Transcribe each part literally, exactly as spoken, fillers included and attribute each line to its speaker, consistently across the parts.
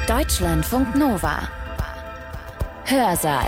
Speaker 1: Deutschlandfunk Nova. Hörsaal.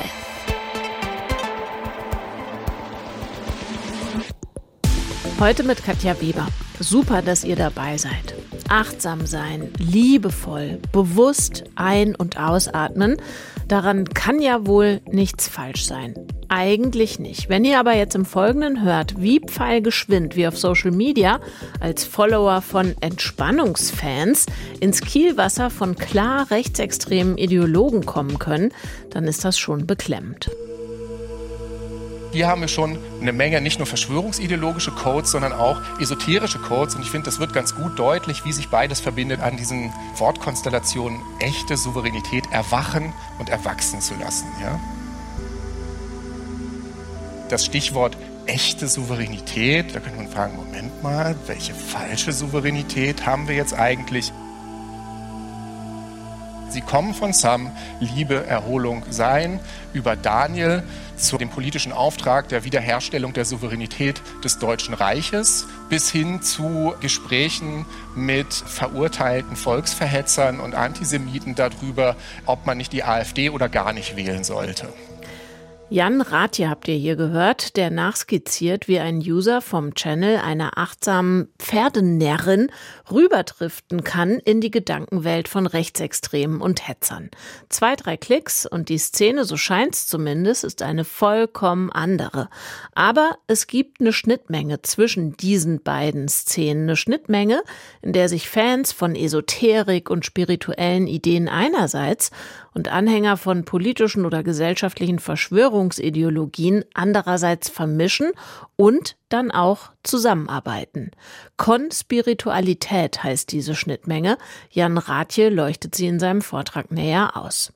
Speaker 2: Heute mit Katja Weber. Super, dass ihr dabei seid. Achtsam sein, liebevoll, bewusst ein- und ausatmen. Daran kann ja wohl nichts falsch sein. Eigentlich nicht. Wenn ihr aber jetzt im Folgenden hört, wie pfeilgeschwind wir auf Social Media als Follower von Entspannungsfans ins Kielwasser von klar rechtsextremen Ideologen kommen können, dann ist das schon beklemmend.
Speaker 3: Hier haben wir schon eine Menge, nicht nur verschwörungsideologische Codes, sondern auch esoterische Codes. Und ich finde, das wird ganz gut deutlich, wie sich beides verbindet an diesen Wortkonstellationen echte Souveränität erwachen und erwachsen zu lassen. Ja? Das Stichwort echte Souveränität, da könnte man fragen, Moment mal, welche falsche Souveränität haben wir jetzt eigentlich? Sie kommen von Sam, Liebe, Erholung, Sein, über Daniel zu dem politischen Auftrag der Wiederherstellung der Souveränität des Deutschen Reiches bis hin zu Gesprächen mit verurteilten Volksverhetzern und Antisemiten darüber, ob man nicht die AfD oder gar nicht wählen sollte.
Speaker 2: Jan Rathje habt ihr hier gehört, der nachskizziert, wie ein User vom Channel einer achtsamen Pferdenärrin rüberdriften kann in die Gedankenwelt von Rechtsextremen und Hetzern. Zwei, drei Klicks und die Szene, so scheint's zumindest, ist eine vollkommen andere. Aber es gibt eine Schnittmenge zwischen diesen beiden Szenen. Eine Schnittmenge, in der sich Fans von Esoterik und spirituellen Ideen einerseits und Anhänger von politischen oder gesellschaftlichen Verschwörungsideologien andererseits vermischen und dann auch zusammenarbeiten. Konspiritualität heißt diese Schnittmenge. Jan Rathje leuchtet sie in seinem Vortrag näher aus.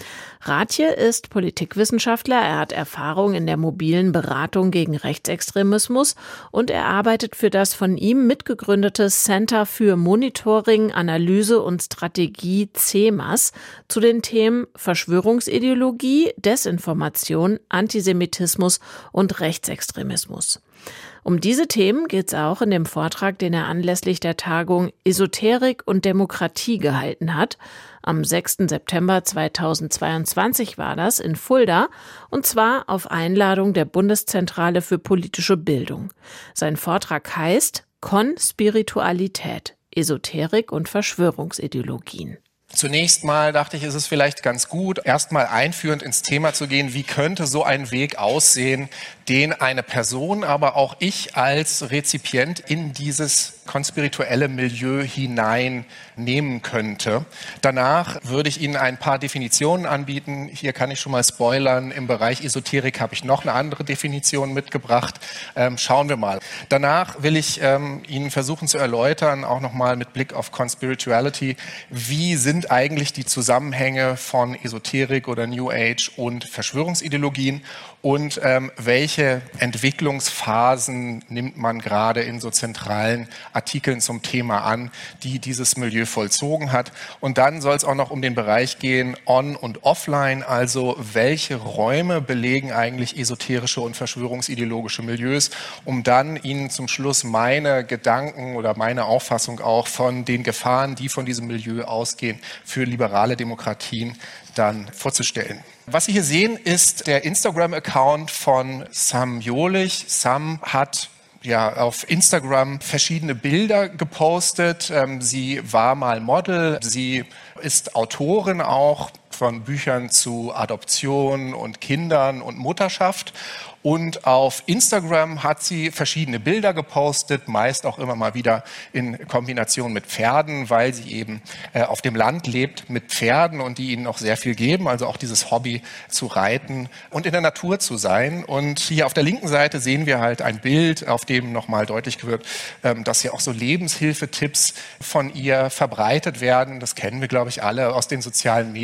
Speaker 2: Rathje ist Politikwissenschaftler, er hat Erfahrung in der mobilen Beratung gegen Rechtsextremismus und er arbeitet für das von ihm mitgegründete Center für Monitoring, Analyse und Strategie C E M A S zu den Themen Verschwörungsideologie, Desinformation, Antisemitismus und Rechtsextremismus. Um diese Themen geht es auch in dem Vortrag, den er anlässlich der Tagung Esoterik und Demokratie gehalten hat. Am sechsten September zweitausendzweiundzwanzig war das in Fulda, und zwar auf Einladung der Bundeszentrale für politische Bildung. Sein Vortrag heißt Konspiritualität, Esoterik und Verschwörungsideologien.
Speaker 3: Zunächst mal dachte ich, ist es vielleicht ganz gut, erstmal einführend ins Thema zu gehen, wie könnte so ein Weg aussehen, den eine Person, aber auch ich als Rezipient in dieses konspirituelle Milieu hineinnehmen könnte. Danach würde ich Ihnen ein paar Definitionen anbieten. Hier kann ich schon mal spoilern. Im Bereich Esoterik habe ich noch eine andere Definition mitgebracht. Ähm, schauen wir mal. Danach will ich ähm, Ihnen versuchen zu erläutern, auch nochmal mit Blick auf Conspirituality, wie sind eigentlich die Zusammenhänge von Esoterik oder New Age und Verschwörungsideologien und ähm, welche Entwicklungsphasen nimmt man gerade in so zentralen Artikeln zum Thema an, die dieses Milieu vollzogen hat. Und dann soll es auch noch um den Bereich gehen, on- und offline, also welche Räume belegen eigentlich esoterische und verschwörungsideologische Milieus, um dann Ihnen zum Schluss meine Gedanken oder meine Auffassung auch von den Gefahren, die von diesem Milieu ausgehen, für liberale Demokratien dann vorzustellen. Was Sie hier sehen, ist der Instagram-Account von Sam Jolich. Sam hat ja auf Instagram verschiedene Bilder gepostet. Ähm, sie war mal Model, sie ist Autorin auch von Büchern zu Adoption und Kindern und Mutterschaft. Und auf Instagram hat sie verschiedene Bilder gepostet, meist auch immer mal wieder in Kombination mit Pferden, weil sie eben äh, auf dem Land lebt mit Pferden und die ihnen auch sehr viel geben, also auch dieses Hobby zu reiten und in der Natur zu sein. Und hier auf der linken Seite sehen wir halt ein Bild, auf dem nochmal deutlich wird, ähm, dass hier auch so Lebenshilfetipps von ihr verbreitet werden. Das kennen wir, glaube ich, alle aus den sozialen Medien.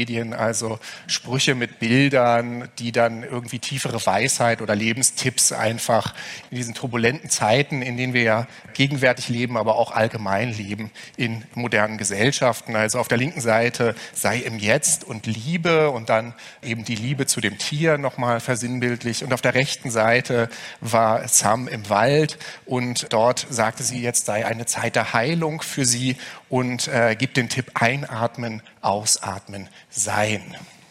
Speaker 3: also Sprüche mit Bildern, die dann irgendwie tiefere Weisheit oder Lebenstipps einfach in diesen turbulenten Zeiten, in denen wir ja gegenwärtig leben, aber auch allgemein leben in modernen Gesellschaften. Also auf der linken Seite sei im Jetzt und Liebe und dann eben die Liebe zu dem Tier nochmal versinnbildlich. Und auf der rechten Seite war Sam im Wald und dort sagte sie, jetzt sei eine Zeit der Heilung für sie und äh, gibt den Tipp: Einatmen, ausatmen, sein.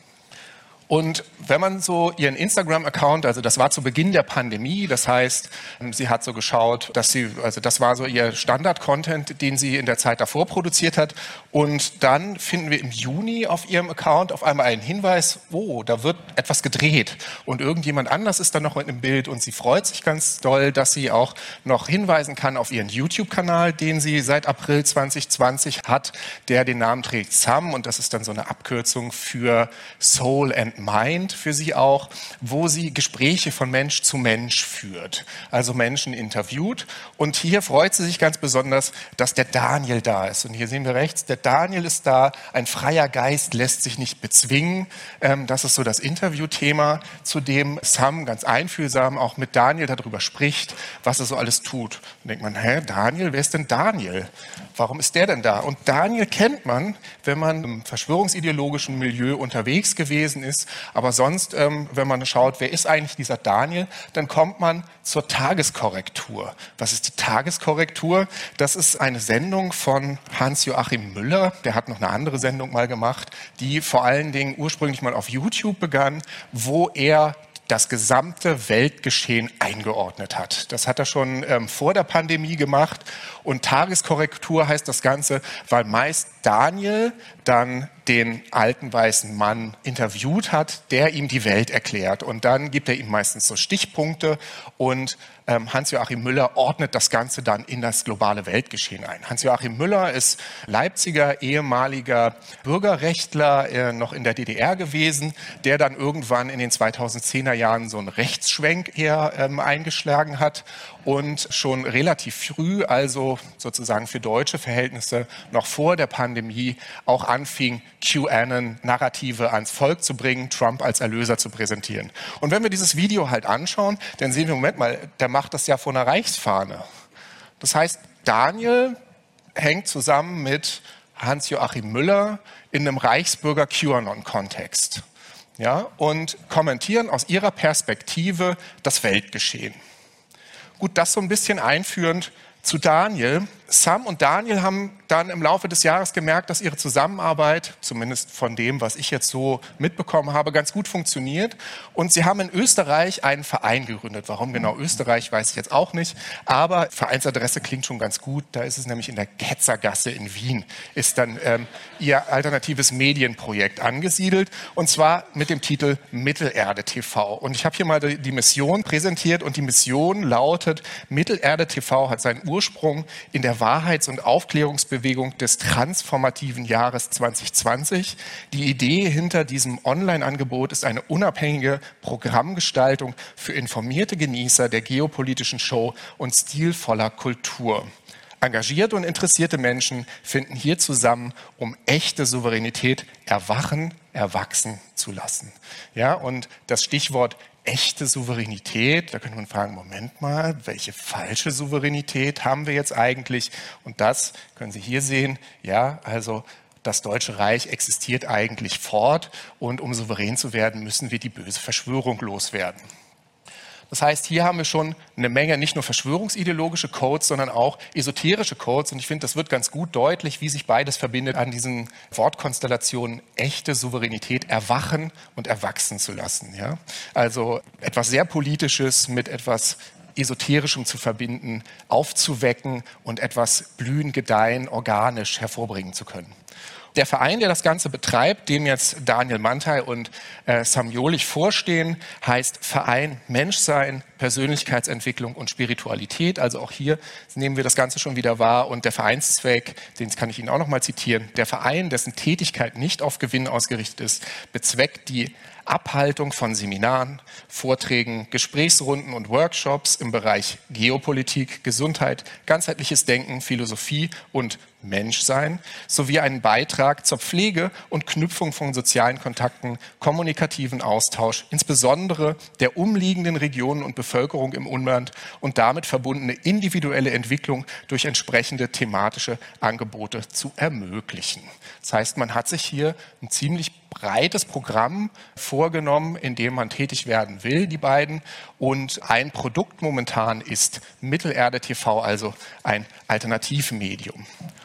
Speaker 3: Und wenn man so ihren Instagram-Account, also das war zu Beginn der Pandemie, das heißt, sie hat so geschaut, dass sie, also das war so ihr Standard-Content, den sie in der Zeit davor produziert hat. Und dann finden wir im Juni auf ihrem Account auf einmal einen Hinweis, oh, da wird etwas gedreht. Und irgendjemand anders ist dann noch mit im Bild und sie freut sich ganz doll, dass sie auch noch hinweisen kann auf ihren YouTube-Kanal, den sie seit April zwanzig zwanzig hat, der den Namen trägt Sam. Und das ist dann so eine Abkürzung für Soul and Mind für sie auch, wo sie Gespräche von Mensch zu Mensch führt, also Menschen interviewt. Und hier freut sie sich ganz besonders, dass der Daniel da ist. Und hier sehen wir rechts, der Daniel ist da, ein freier Geist lässt sich nicht bezwingen. Ähm, das ist so das Interviewthema, zu dem Sam ganz einfühlsam auch mit Daniel darüber spricht, was er so alles tut. Und denkt man, hä, Daniel, wer ist denn Daniel? Warum ist der denn da? Und Daniel kennt man, wenn man im verschwörungsideologischen Milieu unterwegs gewesen ist. Aber sonst, ähm, wenn man schaut, wer ist eigentlich dieser Daniel, dann kommt man zur Tageskorrektur. Was ist die Tageskorrektur? Das ist eine Sendung von Hans-Joachim Müller. Der hat noch eine andere Sendung mal gemacht, die vor allen Dingen ursprünglich mal auf YouTube begann, wo er das gesamte Weltgeschehen eingeordnet hat. Das hat er schon ähm, vor der Pandemie gemacht. Und Tageskorrektur heißt das Ganze, weil meist Daniel dann den alten weißen Mann interviewt hat, der ihm die Welt erklärt. Und dann gibt er ihm meistens so Stichpunkte und ähm, Hans-Joachim Müller ordnet das Ganze dann in das globale Weltgeschehen ein. Hans-Joachim Müller ist Leipziger, ehemaliger Bürgerrechtler, äh, noch in der D D R gewesen, der dann irgendwann in den zweitausendzehner Jahren so einen Rechtsschwenk eher ähm, eingeschlagen hat und schon relativ früh, also sozusagen für deutsche Verhältnisse, noch vor der Pandemie auch anfing, QAnon-Narrative ans Volk zu bringen, Trump als Erlöser zu präsentieren. Und wenn wir dieses Video halt anschauen, dann sehen wir, Moment mal, der macht das ja vor einer Reichsfahne. Das heißt, Daniel hängt zusammen mit Hans-Joachim Müller in einem Reichsbürger-QAnon-Kontext. Ja, und kommentieren aus ihrer Perspektive das Weltgeschehen. Gut, das so ein bisschen einführend zu Daniel. Sam und Daniel haben dann im Laufe des Jahres gemerkt, dass ihre Zusammenarbeit, zumindest von dem, was ich jetzt so mitbekommen habe, ganz gut funktioniert. Und sie haben in Österreich einen Verein gegründet. Warum genau Österreich, weiß ich jetzt auch nicht. Aber Vereinsadresse klingt schon ganz gut. Da ist es nämlich in der Ketzergasse in Wien, ist dann ähm, ihr alternatives Medienprojekt angesiedelt. Und zwar mit dem Titel Mittelerde T V. Und ich habe hier mal die, die Mission präsentiert. Und die Mission lautet, Mittelerde T V hat seinen Ursprung in der Wahrheits- und Aufklärungsbewegung des transformativen Jahres zwanzig zwanzig. Die Idee hinter diesem Online-Angebot ist eine unabhängige Programmgestaltung für informierte Genießer der geopolitischen Show und stilvoller Kultur. Engagierte und interessierte Menschen finden hier zusammen, um echte Souveränität erwachen, erwachsen zu lassen. Ja, und das Stichwort echte Souveränität, da könnte man fragen, Moment mal, welche falsche Souveränität haben wir jetzt eigentlich? Und das können Sie hier sehen, ja, also das Deutsche Reich existiert eigentlich fort und um souverän zu werden, müssen wir die böse Verschwörung loswerden. Das heißt, hier haben wir schon eine Menge nicht nur verschwörungsideologische Codes, sondern auch esoterische Codes. Und ich finde, das wird ganz gut deutlich, wie sich beides verbindet an diesen Wortkonstellationen echte Souveränität erwachen und erwachsen zu lassen. Ja? Also etwas sehr Politisches mit etwas Esoterischem zu verbinden, aufzuwecken und etwas blühen, gedeihen, organisch hervorbringen zu können. Der Verein, der das Ganze betreibt, dem jetzt Daniel Mantei und äh, Sam Jolich vorstehen, heißt Verein Menschsein, Persönlichkeitsentwicklung und Spiritualität. Also auch hier nehmen wir das Ganze schon wieder wahr. Und der Vereinszweck, den kann ich Ihnen auch noch mal zitieren, der Verein, dessen Tätigkeit nicht auf Gewinn ausgerichtet ist, bezweckt die Abhaltung von Seminaren, Vorträgen, Gesprächsrunden und Workshops im Bereich Geopolitik, Gesundheit, ganzheitliches Denken, Philosophie und Menschsein sowie einen Beitrag zur Pflege und Knüpfung von sozialen Kontakten, kommunikativen Austausch, insbesondere der umliegenden Regionen und Bevölkerung im Umland und damit verbundene individuelle Entwicklung durch entsprechende thematische Angebote zu ermöglichen. Das heißt, man hat sich hier ein ziemlich breites Programm vorgenommen, in dem man tätig werden will, die beiden. Und ein Produkt momentan ist Mittelerde T V, also ein Alternativmedium.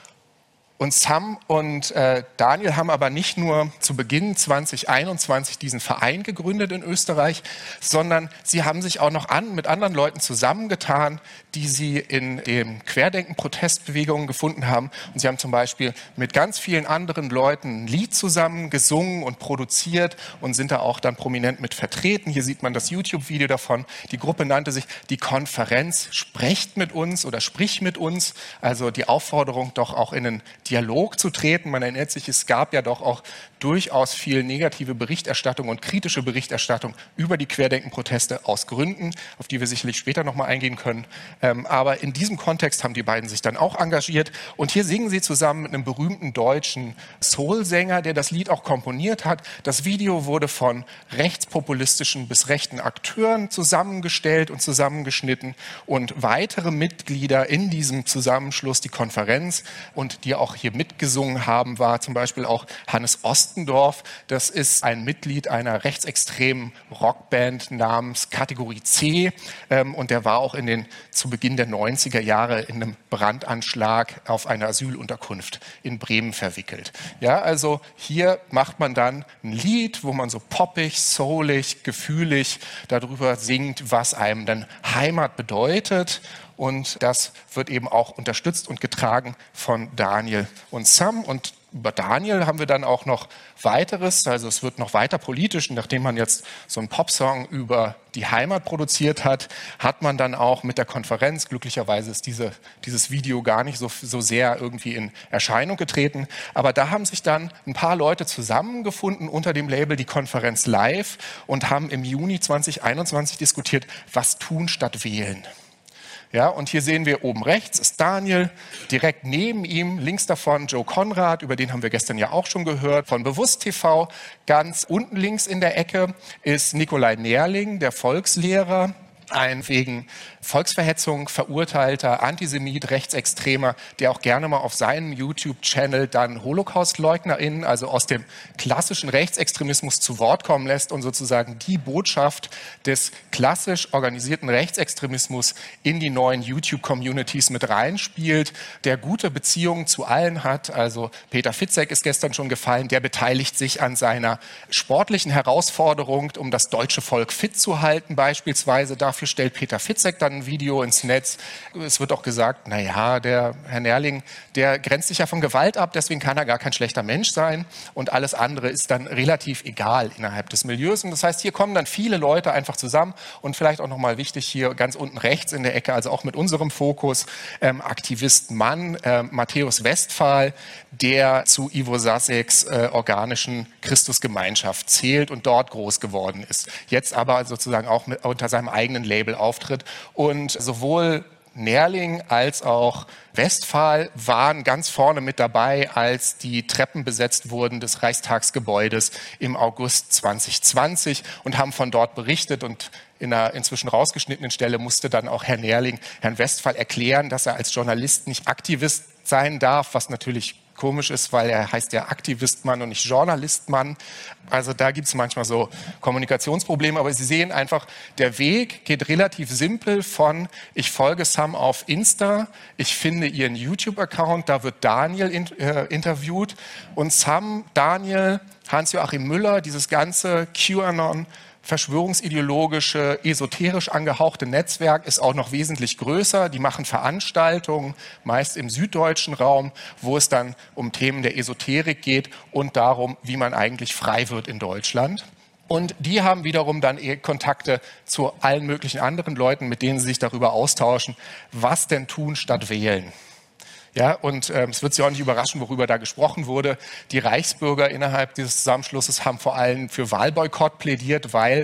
Speaker 3: Und Sam und äh, Daniel haben aber nicht nur zu Beginn zwanzig einundzwanzig diesen Verein gegründet in Österreich, sondern sie haben sich auch noch an, mit anderen Leuten zusammengetan, die sie in den Querdenken-Protestbewegungen gefunden haben. Und sie haben zum Beispiel mit ganz vielen anderen Leuten ein Lied zusammen gesungen und produziert und sind da auch dann prominent mit vertreten. Hier sieht man das YouTube-Video davon. Die Gruppe nannte sich die Konferenz Sprecht mit uns oder Sprich mit uns. Also die Aufforderung, doch auch in einen Dialog zu treten. Man erinnert sich, es gab ja doch auch durchaus viel negative Berichterstattung und kritische Berichterstattung über die Querdenken-Proteste aus Gründen, auf die wir sicherlich später nochmal eingehen können. Ähm, aber in diesem Kontext haben die beiden sich dann auch engagiert. Und hier singen sie zusammen mit einem berühmten deutschen Soul-Sänger, der das Lied auch komponiert hat. Das Video wurde von rechtspopulistischen bis rechten Akteuren zusammengestellt und zusammengeschnitten. Und weitere Mitglieder in diesem Zusammenschluss, die Konferenz, und die auch hier mitgesungen haben, war zum Beispiel auch Hannes Ostendorf. Das ist ein Mitglied einer rechtsextremen Rockband namens Kategorie C. Ähm, und der war auch in den, zu Beginn der neunziger Jahre in einem Brandanschlag auf einer Asylunterkunft in Bremen verwickelt. Ja, also hier macht man dann ein Lied, wo man so poppig, soulig, gefühlig darüber singt, was einem dann Heimat bedeutet. Und das wird eben auch unterstützt und getragen von Daniel und Sam. Und über Daniel haben wir dann auch noch weiteres, also es wird noch weiter politisch. Und nachdem man jetzt so einen Popsong über die Heimat produziert hat, hat man dann auch mit der Konferenz, glücklicherweise ist diese, dieses Video gar nicht so, so sehr irgendwie in Erscheinung getreten, aber da haben sich dann ein paar Leute zusammengefunden unter dem Label Die Konferenz Live und haben im Juni zwanzig einundzwanzig diskutiert, was tun statt wählen. Ja, und hier sehen wir oben rechts ist Daniel, direkt neben ihm, links davon Joe Konrad, über den haben wir gestern ja auch schon gehört, von Bewusst T V. Ganz unten links in der Ecke ist Nikolai Nerling, der Volkslehrer, ein wegen Volksverhetzung verurteilter Antisemit, Rechtsextremer, der auch gerne mal auf seinem YouTube-Channel dann HolocaustleugnerInnen, also aus dem klassischen Rechtsextremismus zu Wort kommen lässt und sozusagen die Botschaft des klassisch organisierten Rechtsextremismus in die neuen YouTube-Communities mit reinspielt, der gute Beziehungen zu allen hat. Also Peter Fitzek ist gestern schon gefallen, der beteiligt sich an seiner sportlichen Herausforderung, um das deutsche Volk fit zu halten beispielsweise. Dafür stellt Peter Fitzek dann ein Video ins Netz. Es wird auch gesagt, na ja, der Herr Nerling, der grenzt sich ja von Gewalt ab, deswegen kann er gar kein schlechter Mensch sein. Und alles andere ist dann relativ egal innerhalb des Milieus. Und das heißt, hier kommen dann viele Leute einfach zusammen. Und vielleicht auch nochmal wichtig hier ganz unten rechts in der Ecke, also auch mit unserem Fokus, ähm, Aktivist Mann, äh, Matthäus Westphal, der zu Ivo Saseks äh, organischen Christusgemeinschaft zählt und dort groß geworden ist. Jetzt aber sozusagen auch mit, unter seinem eigenen Label auftritt. Und sowohl Nerling als auch Westphal waren ganz vorne mit dabei, als die Treppen besetzt wurden des Reichstagsgebäudes im August zwanzig zwanzig und haben von dort berichtet. Und in einer inzwischen rausgeschnittenen Stelle musste dann auch Herr Nerling Herrn Westphal erklären, dass er als Journalist nicht Aktivist sein darf, was natürlich komisch ist, weil er heißt ja Aktivistmann und nicht Journalistmann. Also da gibt es manchmal so Kommunikationsprobleme. Aber Sie sehen einfach, der Weg geht relativ simpel von, ich folge Sam auf Insta, ich finde ihren YouTube-Account, da wird Daniel in, äh, interviewt. Und Sam, Daniel, Hans-Joachim Müller, dieses ganze QAnon, verschwörungsideologische, esoterisch angehauchte Netzwerk ist auch noch wesentlich größer. Die machen Veranstaltungen, meist im süddeutschen Raum, wo es dann um Themen der Esoterik geht und darum, wie man eigentlich frei wird in Deutschland. Und die haben wiederum dann Kontakte zu allen möglichen anderen Leuten, mit denen sie sich darüber austauschen, was denn tun statt wählen. Ja, und ähm, es wird Sie auch nicht überraschen, worüber da gesprochen wurde. Die Reichsbürger innerhalb dieses Zusammenschlusses haben vor allem für Wahlboykott plädiert, weil,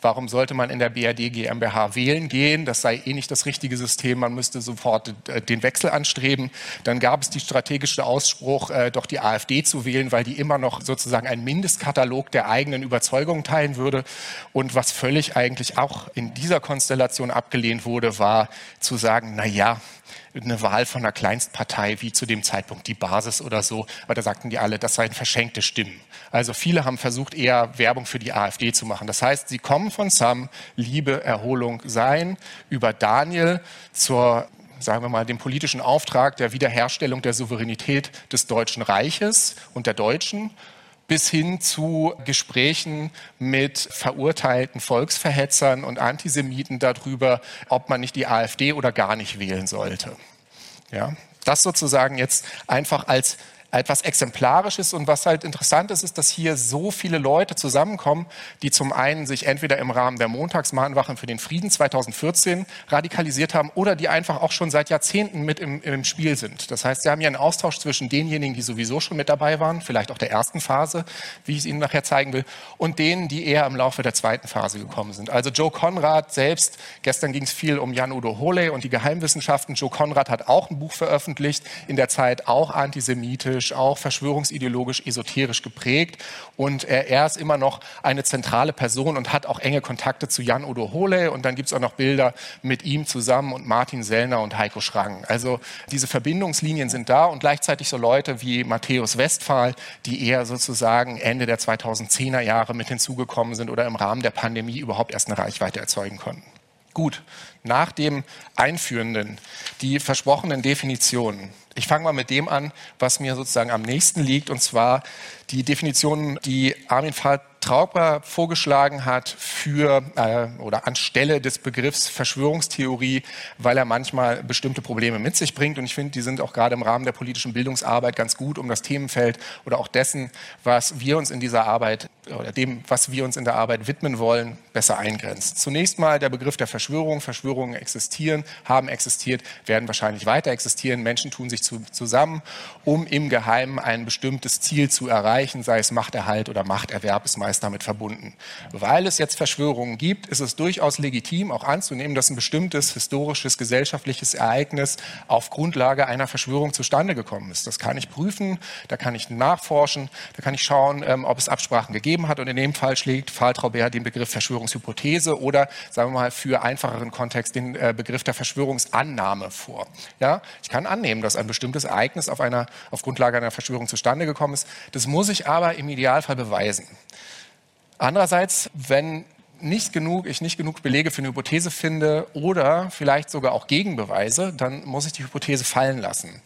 Speaker 3: warum sollte man in der B R D GmbH wählen gehen, das sei eh nicht das richtige System, man müsste sofort den Wechsel anstreben. Dann gab es die strategische Ausspruch, doch die AfD zu wählen, weil die immer noch sozusagen einen Mindestkatalog der eigenen Überzeugungen teilen würde. Und was völlig eigentlich auch in dieser Konstellation abgelehnt wurde, war zu sagen, na ja, eine Wahl von einer Kleinstpartei wie zu dem Zeitpunkt die Basis oder so, aber da sagten die alle, das seien verschenkte Stimmen. Also viele haben versucht, eher Werbung für die AfD zu machen. Das heißt, sie kommen von Sam, Liebe, Erholung, Sein, über Daniel zur, sagen wir mal, dem politischen Auftrag der Wiederherstellung der Souveränität des Deutschen Reiches und der Deutschen, bis hin zu Gesprächen mit verurteilten Volksverhetzern und Antisemiten darüber, ob man nicht die AfD oder gar nicht wählen sollte. Ja, das sozusagen jetzt einfach als etwas Exemplarisches. Und was halt interessant ist, ist, dass hier so viele Leute zusammenkommen, die zum einen sich entweder im Rahmen der Montagsmahnwache für den Frieden zweitausendvierzehn radikalisiert haben oder die einfach auch schon seit Jahrzehnten mit im, im Spiel sind. Das heißt, sie haben ja einen Austausch zwischen denjenigen, die sowieso schon mit dabei waren, vielleicht auch der ersten Phase, wie ich es Ihnen nachher zeigen will, und denen, die eher im Laufe der zweiten Phase gekommen sind. Also Joe Conrad selbst, gestern ging es viel um Jan-Udo Holey und die Geheimwissenschaften. Joe Conrad hat auch ein Buch veröffentlicht, in der Zeit auch antisemitisch, auch verschwörungsideologisch, esoterisch geprägt. Und er, er ist immer noch eine zentrale Person und hat auch enge Kontakte zu Jan-Udo Holey. Und dann gibt es auch noch Bilder mit ihm zusammen und Martin Sellner und Heiko Schrang. Also diese Verbindungslinien sind da und gleichzeitig so Leute wie Matthäus Westphal, die eher sozusagen Ende der zweitausendzehner Jahre mit hinzugekommen sind oder im Rahmen der Pandemie überhaupt erst eine Reichweite erzeugen konnten. Gut, nach dem Einführenden, die versprochenen Definitionen. Ich fange mal mit dem an, was mir sozusagen am nächsten liegt, und zwar die Definition, die Armin Traubler vorgeschlagen hat für äh, oder anstelle des Begriffs Verschwörungstheorie, weil er manchmal bestimmte Probleme mit sich bringt. Und ich finde, die sind auch gerade im Rahmen der politischen Bildungsarbeit ganz gut, um das Themenfeld oder auch dessen, was wir uns in dieser Arbeit oder dem, was wir uns in der Arbeit widmen wollen, besser eingrenzt. Zunächst mal der Begriff der Verschwörung. Verschwörungen existieren, haben existiert, werden wahrscheinlich weiter existieren. Menschen tun sich zu, zusammen, um im Geheimen ein bestimmtes Ziel zu erreichen, sei es Machterhalt oder Machterwerb, ist meist damit verbunden. Weil es jetzt Verschwörungen gibt, ist es durchaus legitim, auch anzunehmen, dass ein bestimmtes historisches, gesellschaftliches Ereignis auf Grundlage einer Verschwörung zustande gekommen ist. Das kann ich prüfen, da kann ich nachforschen, da kann ich schauen, ähm, ob es Absprachen gegeben hat. Und in dem Fall schlägt Traubler den Begriff Verschwörungshypothese oder, sagen wir mal, für einfacheren Kontext den äh, Begriff der Verschwörungsannahme vor. Ja, ich kann annehmen, dass ein bestimmtes Ereignis auf, einer, auf Grundlage einer Verschwörung zustande gekommen ist. Das muss ich aber im Idealfall beweisen. Andererseits, wenn nicht genug, ich nicht genug Belege für eine Hypothese finde oder vielleicht sogar auch Gegenbeweise, dann muss ich die Hypothese fallen lassen.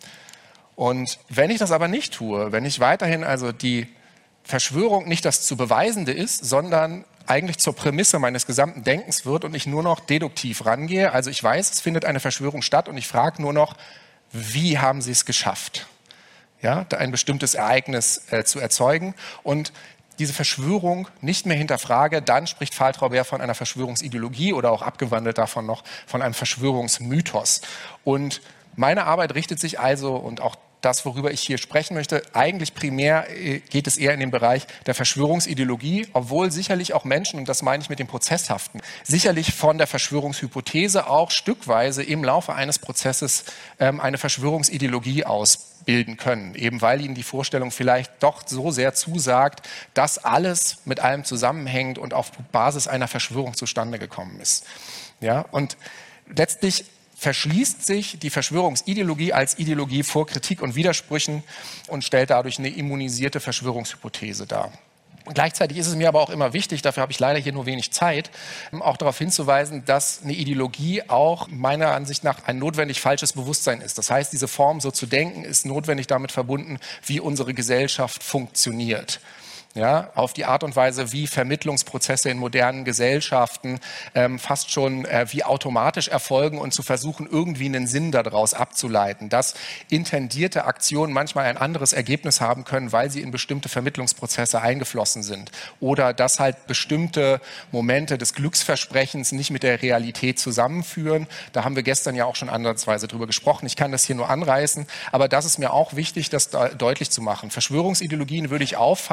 Speaker 3: Und wenn ich das aber nicht tue, wenn ich weiterhin also die Verschwörung nicht das zu Beweisende ist, sondern eigentlich zur Prämisse meines gesamten Denkens wird und ich nur noch deduktiv rangehe, also ich weiß, es findet eine Verschwörung statt und ich frage nur noch, wie haben sie es geschafft, ja, ein bestimmtes Ereignis äh, zu erzeugen und diese Verschwörung nicht mehr hinterfrage, dann spricht Traubler von einer Verschwörungsideologie oder auch abgewandelt davon noch von einem Verschwörungsmythos. Und meine Arbeit richtet sich also, und auch das, worüber ich hier sprechen möchte, eigentlich primär geht es eher in den Bereich der Verschwörungsideologie, obwohl sicherlich auch Menschen, und das meine ich mit dem Prozesshaften, sicherlich von der Verschwörungshypothese auch stückweise im Laufe eines Prozesses ähm, eine Verschwörungsideologie ausbilden können, eben weil ihnen die Vorstellung vielleicht doch so sehr zusagt, dass alles mit allem zusammenhängt und auf Basis einer Verschwörung zustande gekommen ist. Ja, und letztlich verschließt sich die Verschwörungsideologie als Ideologie vor Kritik und Widersprüchen und stellt dadurch eine immunisierte Verschwörungshypothese dar. Und gleichzeitig ist es mir aber auch immer wichtig, dafür habe ich leider hier nur wenig Zeit, auch darauf hinzuweisen, dass eine Ideologie auch meiner Ansicht nach ein notwendig falsches Bewusstsein ist. Das heißt, diese Form, so zu denken, ist notwendig damit verbunden, wie unsere Gesellschaft funktioniert. Ja, auf die Art und Weise, wie Vermittlungsprozesse in modernen Gesellschaften ähm, fast schon äh, wie automatisch erfolgen und zu versuchen, irgendwie einen Sinn daraus abzuleiten, dass intendierte Aktionen manchmal ein anderes Ergebnis haben können, weil sie in bestimmte Vermittlungsprozesse eingeflossen sind oder dass halt bestimmte Momente des Glücksversprechens nicht mit der Realität zusammenführen. Da haben wir gestern ja auch schon ansatzweise drüber gesprochen. Ich kann das hier nur anreißen, aber das ist mir auch wichtig, das de- deutlich zu machen. Verschwörungsideologien würde ich auffassen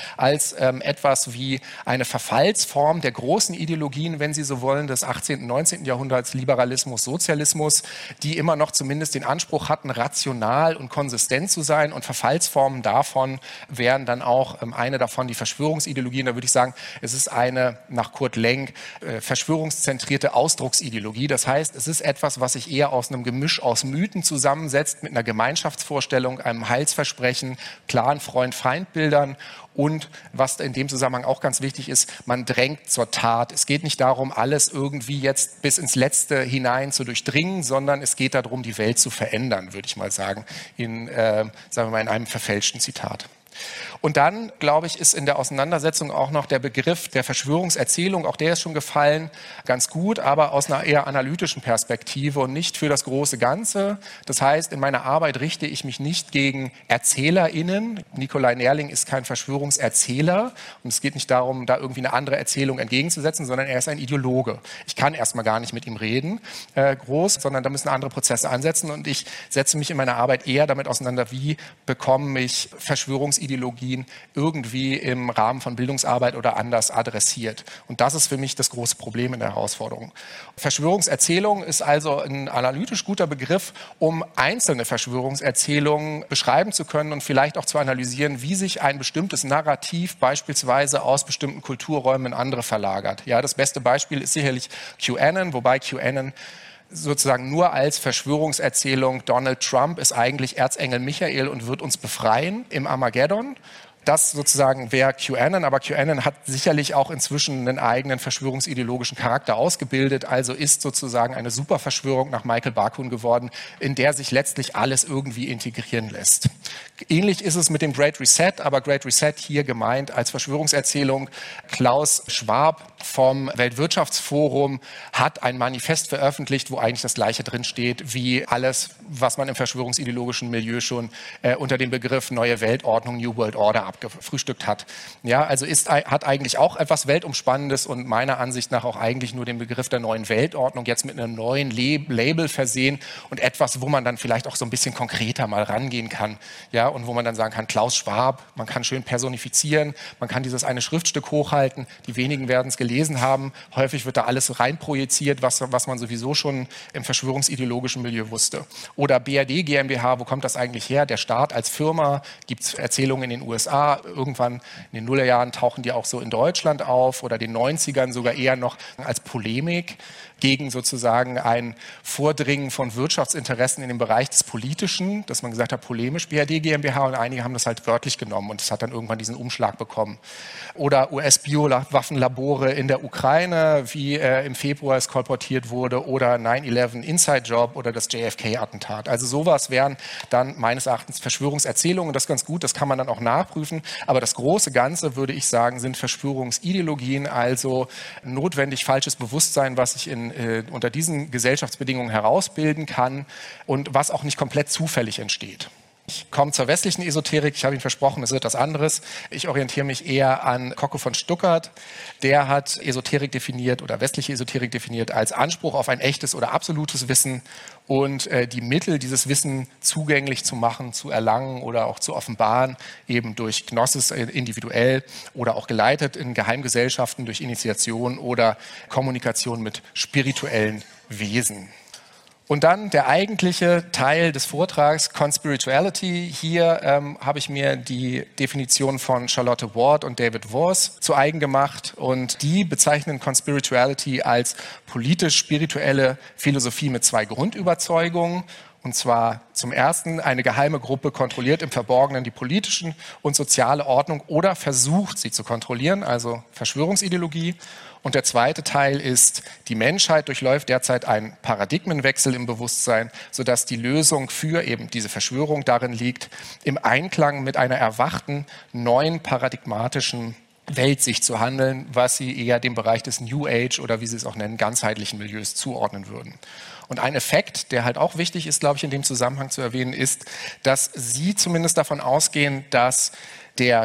Speaker 3: als ähm, etwas wie eine Verfallsform der großen Ideologien, wenn Sie so wollen, des achtzehnten, neunzehnten Jahrhunderts, Liberalismus, Sozialismus, die immer noch zumindest den Anspruch hatten, rational und konsistent zu sein. Und Verfallsformen davon wären dann auch ähm, eine davon die Verschwörungsideologien. Da würde ich sagen, es ist eine, nach Kurt Lenk, äh, verschwörungszentrierte Ausdrucksideologie. Das heißt, es ist etwas, was sich eher aus einem Gemisch aus Mythen zusammensetzt, mit einer Gemeinschaftsvorstellung, einem Heilsversprechen, klaren Freund-Feind-Bildern. Und was in dem Zusammenhang auch ganz wichtig ist, man drängt zur Tat. Es geht nicht darum, alles irgendwie jetzt bis ins Letzte hinein zu durchdringen, sondern es geht darum, die Welt zu verändern, würde ich mal sagen, in, äh, sagen wir mal, in einem verfälschten Zitat. Und dann, glaube ich, ist in der Auseinandersetzung auch noch der Begriff der Verschwörungserzählung, auch der ist schon gefallen, ganz gut, aber aus einer eher analytischen Perspektive und nicht für das große Ganze. Das heißt, in meiner Arbeit richte ich mich nicht gegen ErzählerInnen. Nikolai Nerling ist kein Verschwörungserzähler und es geht nicht darum, da irgendwie eine andere Erzählung entgegenzusetzen, sondern er ist ein Ideologe. Ich kann erstmal gar nicht mit ihm reden, äh, groß, sondern da müssen andere Prozesse ansetzen und ich setze mich in meiner Arbeit eher damit auseinander, wie bekomme ich Verschwörungsideologien irgendwie im Rahmen von Bildungsarbeit oder anders adressiert. Und das ist für mich das große Problem in der Herausforderung. Verschwörungserzählung ist also ein analytisch guter Begriff, um einzelne Verschwörungserzählungen beschreiben zu können und vielleicht auch zu analysieren, wie sich ein bestimmtes Narrativ beispielsweise aus bestimmten Kulturräumen in andere verlagert. Ja, das beste Beispiel ist sicherlich QAnon, wobei QAnon sozusagen nur als Verschwörungserzählung, Donald Trump ist eigentlich Erzengel Michael und wird uns befreien im Armageddon. Das sozusagen wäre QAnon, aber QAnon hat sicherlich auch inzwischen einen eigenen verschwörungsideologischen Charakter ausgebildet, also ist sozusagen eine Superverschwörung nach Michael Barkun geworden, in der sich letztlich alles irgendwie integrieren lässt. Ähnlich ist es mit dem Great Reset, aber Great Reset hier gemeint als Verschwörungserzählung. Klaus Schwab vom Weltwirtschaftsforum hat ein Manifest veröffentlicht, wo eigentlich das Gleiche drinsteht wie alles, was man im verschwörungsideologischen Milieu schon äh, unter dem Begriff Neue Weltordnung, New World Order abgefrühstückt hat. Ja, also ist, hat eigentlich auch etwas Weltumspannendes und meiner Ansicht nach auch eigentlich nur den Begriff der neuen Weltordnung jetzt mit einem neuen Label versehen und etwas, wo man dann vielleicht auch so ein bisschen konkreter mal rangehen kann. Ja, und wo man dann sagen kann, Klaus Schwab, man kann schön personifizieren, man kann dieses eine Schriftstück hochhalten, die wenigen werden es gelesen haben, häufig wird da alles reinprojiziert, was, was man sowieso schon im verschwörungsideologischen Milieu wusste. Oder B R D GmbH, wo kommt das eigentlich her? Der Staat als Firma, gibt es Erzählungen in den U S A, irgendwann in den Nullerjahren tauchen die auch so in Deutschland auf oder den neunzigern sogar eher noch als Polemik gegen sozusagen ein Vordringen von Wirtschaftsinteressen in den Bereich des Politischen, dass man gesagt hat, polemisch B R D GmbH und einige haben das halt wörtlich genommen und es hat dann irgendwann diesen Umschlag bekommen. Oder U S-Biowaffenlabore in der Ukraine, wie äh, im Februar es kolportiert wurde, oder nine eleven Inside Job oder das J F K-Attentat. Also sowas wären dann meines Erachtens Verschwörungserzählungen, das ist ganz gut, das kann man dann auch nachprüfen, aber das große Ganze, würde ich sagen, sind Verschwörungsideologien, also notwendig falsches Bewusstsein, was sich in äh, unter diesen Gesellschaftsbedingungen herausbilden kann und was auch nicht komplett zufällig entsteht. Ich komme zur westlichen Esoterik. Ich habe Ihnen versprochen, es wird was anderes. Ich orientiere mich eher an Kocko von Stuttgart. Der hat Esoterik definiert oder westliche Esoterik definiert als Anspruch auf ein echtes oder absolutes Wissen und äh, die Mittel, dieses Wissen zugänglich zu machen, zu erlangen oder auch zu offenbaren, eben durch Gnosis individuell oder auch geleitet in Geheimgesellschaften durch Initiation oder Kommunikation mit spirituellen Wesen. Und dann der eigentliche Teil des Vortrags, Conspirituality. Hier ähm, habe ich mir die Definition von Charlotte Ward und David Voss zu eigen gemacht. Und die bezeichnen Conspirituality als politisch-spirituelle Philosophie mit zwei Grundüberzeugungen. Und zwar zum ersten, eine geheime Gruppe kontrolliert im Verborgenen die politischen und soziale Ordnung oder versucht sie zu kontrollieren, also Verschwörungsideologie. Und der zweite Teil ist, die Menschheit durchläuft derzeit einen Paradigmenwechsel im Bewusstsein, sodass die Lösung für eben diese Verschwörung darin liegt, im Einklang mit einer erwachten, neuen paradigmatischen Weltsicht zu handeln, was sie eher dem Bereich des New Age oder wie sie es auch nennen, ganzheitlichen Milieus zuordnen würden. Und ein Effekt, der halt auch wichtig ist, glaube ich, in dem Zusammenhang zu erwähnen, ist, dass sie zumindest davon ausgehen, dass der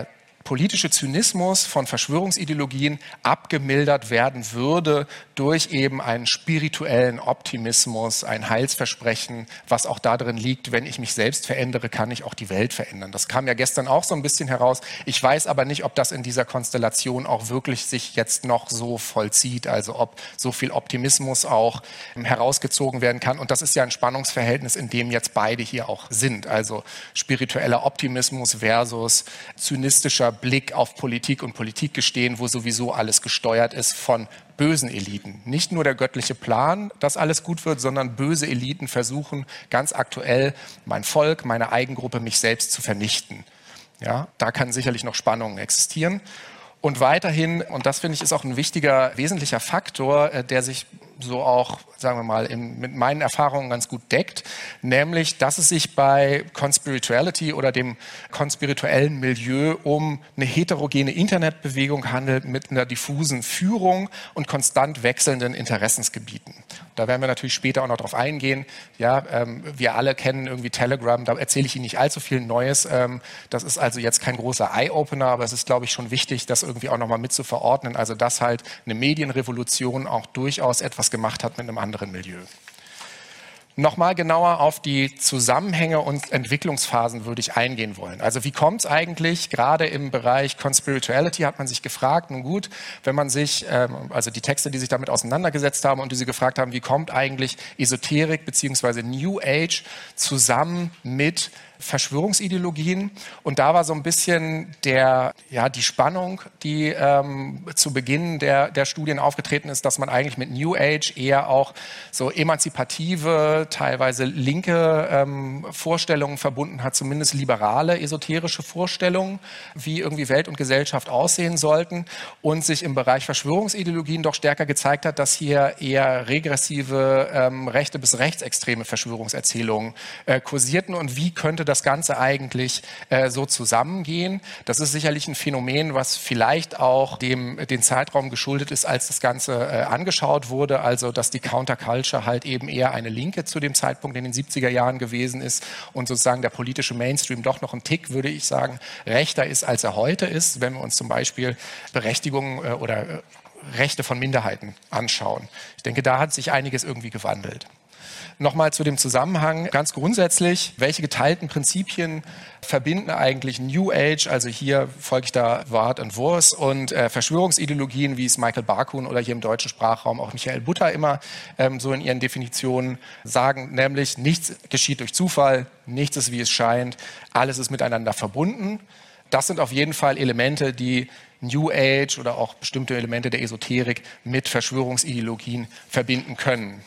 Speaker 3: politische Zynismus von Verschwörungsideologien abgemildert werden würde durch eben einen spirituellen Optimismus, ein Heilsversprechen, was auch darin liegt, wenn ich mich selbst verändere, kann ich auch die Welt verändern. Das kam ja gestern auch so ein bisschen heraus. Ich weiß aber nicht, ob das in dieser Konstellation auch wirklich sich jetzt noch so vollzieht, also ob so viel Optimismus auch herausgezogen werden kann. Und das ist ja ein Spannungsverhältnis, in dem jetzt beide hier auch sind. Also spiritueller Optimismus versus zynistischer Blick auf Politik und Politikgestehen, wo sowieso alles gesteuert ist von bösen Eliten. Nicht nur der göttliche Plan, dass alles gut wird, sondern böse Eliten versuchen ganz aktuell mein Volk, meine Eigengruppe, mich selbst zu vernichten. Ja, da kann sicherlich noch Spannungen existieren. Und weiterhin, und das finde ich ist auch ein wichtiger, wesentlicher Faktor, der sich so auch, sagen wir mal, in, mit meinen Erfahrungen ganz gut deckt, nämlich, dass es sich bei Conspirituality oder dem konspirituellen Milieu um eine heterogene Internetbewegung handelt mit einer diffusen Führung und konstant wechselnden Interessensgebieten. Da werden wir natürlich später auch noch drauf eingehen. Ja, ähm, wir alle kennen irgendwie Telegram, da erzähle ich Ihnen nicht allzu viel Neues. Ähm, das ist also jetzt kein großer Eye-Opener, aber es ist, glaube ich, schon wichtig, das irgendwie auch nochmal mit zu verordnen. Also, dass halt eine Medienrevolution auch durchaus etwas gemacht hat mit einem anderen Milieu. Nochmal genauer auf die Zusammenhänge und Entwicklungsphasen würde ich eingehen wollen. Also wie kommt es eigentlich, gerade im Bereich Conspirituality hat man sich gefragt, nun gut, wenn man sich, ähm, also die Texte, die sich damit auseinandergesetzt haben und die sie gefragt haben, wie kommt eigentlich Esoterik bzw. New Age zusammen mit Verschwörungsideologien, und da war so ein bisschen der, ja, die Spannung, die ähm, zu Beginn der, der Studien aufgetreten ist, dass man eigentlich mit New Age eher auch so emanzipative, teilweise linke ähm, Vorstellungen verbunden hat, zumindest liberale, esoterische Vorstellungen, wie irgendwie Welt und Gesellschaft aussehen sollten, und sich im Bereich Verschwörungsideologien doch stärker gezeigt hat, dass hier eher regressive, ähm, rechte bis rechtsextreme Verschwörungserzählungen äh, kursierten, und wie könnte das Ganze eigentlich äh, so zusammengehen. Das ist sicherlich ein Phänomen, was vielleicht auch dem den Zeitraum geschuldet ist, als das Ganze äh, angeschaut wurde, also dass die Counterculture halt eben eher eine Linke zu dem Zeitpunkt in den siebziger Jahren gewesen ist und sozusagen der politische Mainstream doch noch ein Tick, würde ich sagen, rechter ist, als er heute ist, wenn wir uns zum Beispiel Berechtigungen äh, oder äh, Rechte von Minderheiten anschauen. Ich denke, da hat sich einiges irgendwie gewandelt. Nochmal zu dem Zusammenhang, ganz grundsätzlich, welche geteilten Prinzipien verbinden eigentlich New Age, also hier folge ich da Ward und Wurst, und äh, Verschwörungsideologien, wie es Michael Barkun oder hier im deutschen Sprachraum auch Michael Butter immer ähm, so in ihren Definitionen sagen, nämlich nichts geschieht durch Zufall, nichts ist wie es scheint, alles ist miteinander verbunden. Das sind auf jeden Fall Elemente, die New Age oder auch bestimmte Elemente der Esoterik mit Verschwörungsideologien verbinden können.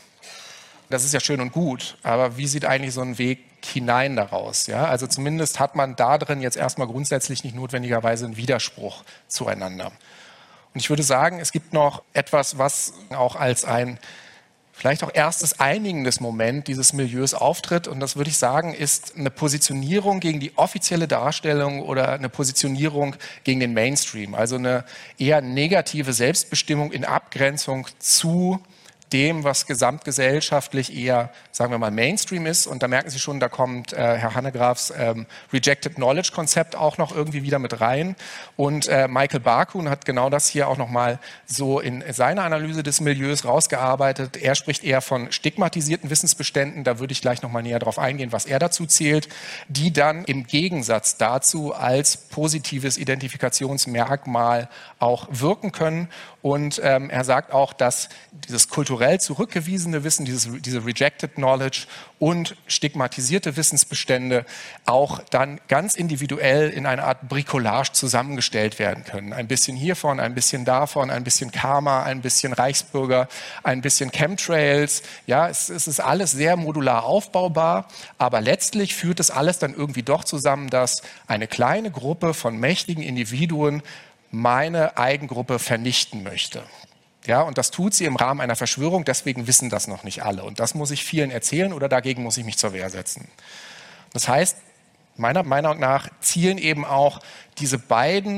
Speaker 3: Das ist ja schön und gut, aber wie sieht eigentlich so ein Weg hinein daraus? Ja? Also zumindest hat man da drin jetzt erstmal grundsätzlich nicht notwendigerweise einen Widerspruch zueinander. Und ich würde sagen, es gibt noch etwas, was auch als ein vielleicht auch erstes einigendes Moment dieses Milieus auftritt. Und das würde ich sagen, ist eine Positionierung gegen die offizielle Darstellung oder eine Positionierung gegen den Mainstream. Also eine eher negative Selbstbestimmung in Abgrenzung zu dem, was gesamtgesellschaftlich eher, sagen wir mal, Mainstream ist. Und da merken Sie schon, da kommt äh, Herr Hanegraaffs ähm, Rejected Knowledge-Konzept auch noch irgendwie wieder mit rein. Und äh, Michael Barkun hat genau das hier auch nochmal so in seiner Analyse des Milieus rausgearbeitet. Er spricht eher von stigmatisierten Wissensbeständen. Da würde ich gleich nochmal näher drauf eingehen, was er dazu zählt, die dann im Gegensatz dazu als positives Identifikationsmerkmal auch wirken können. Und ähm, er sagt auch, dass dieses kulturell zurückgewiesene Wissen, dieses, diese Rejected Knowledge und stigmatisierte Wissensbestände auch dann ganz individuell in eine Art Bricolage zusammengestellt werden können. Ein bisschen hiervon, ein bisschen davon, ein bisschen Karma, ein bisschen Reichsbürger, ein bisschen Chemtrails. Ja, es, es ist alles sehr modular aufbaubar, aber letztlich führt es alles dann irgendwie doch zusammen, dass eine kleine Gruppe von mächtigen Individuen meine Eigengruppe vernichten möchte. Ja, und das tut sie im Rahmen einer Verschwörung, deswegen wissen das noch nicht alle. Und das muss ich vielen erzählen oder dagegen muss ich mich zur Wehr setzen. Das heißt, meiner Meinung nach zielen eben auch diese beiden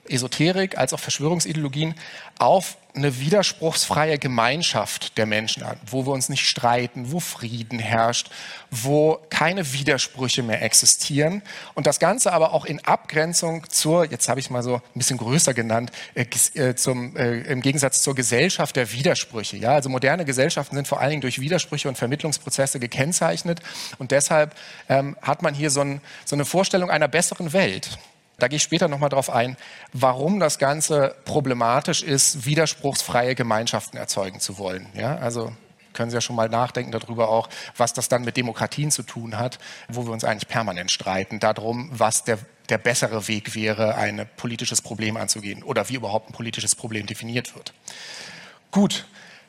Speaker 3: Esoterik als auch Verschwörungsideologien auf eine widerspruchsfreie Gemeinschaft der Menschen an, wo wir uns nicht streiten, wo Frieden herrscht, wo keine Widersprüche mehr existieren und das Ganze aber auch in Abgrenzung zur, jetzt habe ich es mal so ein bisschen größer genannt, äh, zum, äh, im Gegensatz zur Gesellschaft der Widersprüche. Ja? Also moderne Gesellschaften sind vor allen Dingen durch Widersprüche und Vermittlungsprozesse gekennzeichnet und deshalb ähm, hat man hier so, ein, so eine Vorstellung einer besseren Welt. Da gehe ich später nochmal drauf ein, warum das Ganze problematisch ist, widerspruchsfreie Gemeinschaften erzeugen zu wollen. Ja, also können Sie ja schon mal nachdenken darüber auch, was das dann mit Demokratien zu tun hat, wo wir uns eigentlich permanent streiten, darum, was der, der bessere Weg wäre, ein politisches Problem anzugehen oder wie überhaupt ein politisches Problem definiert wird. Gut,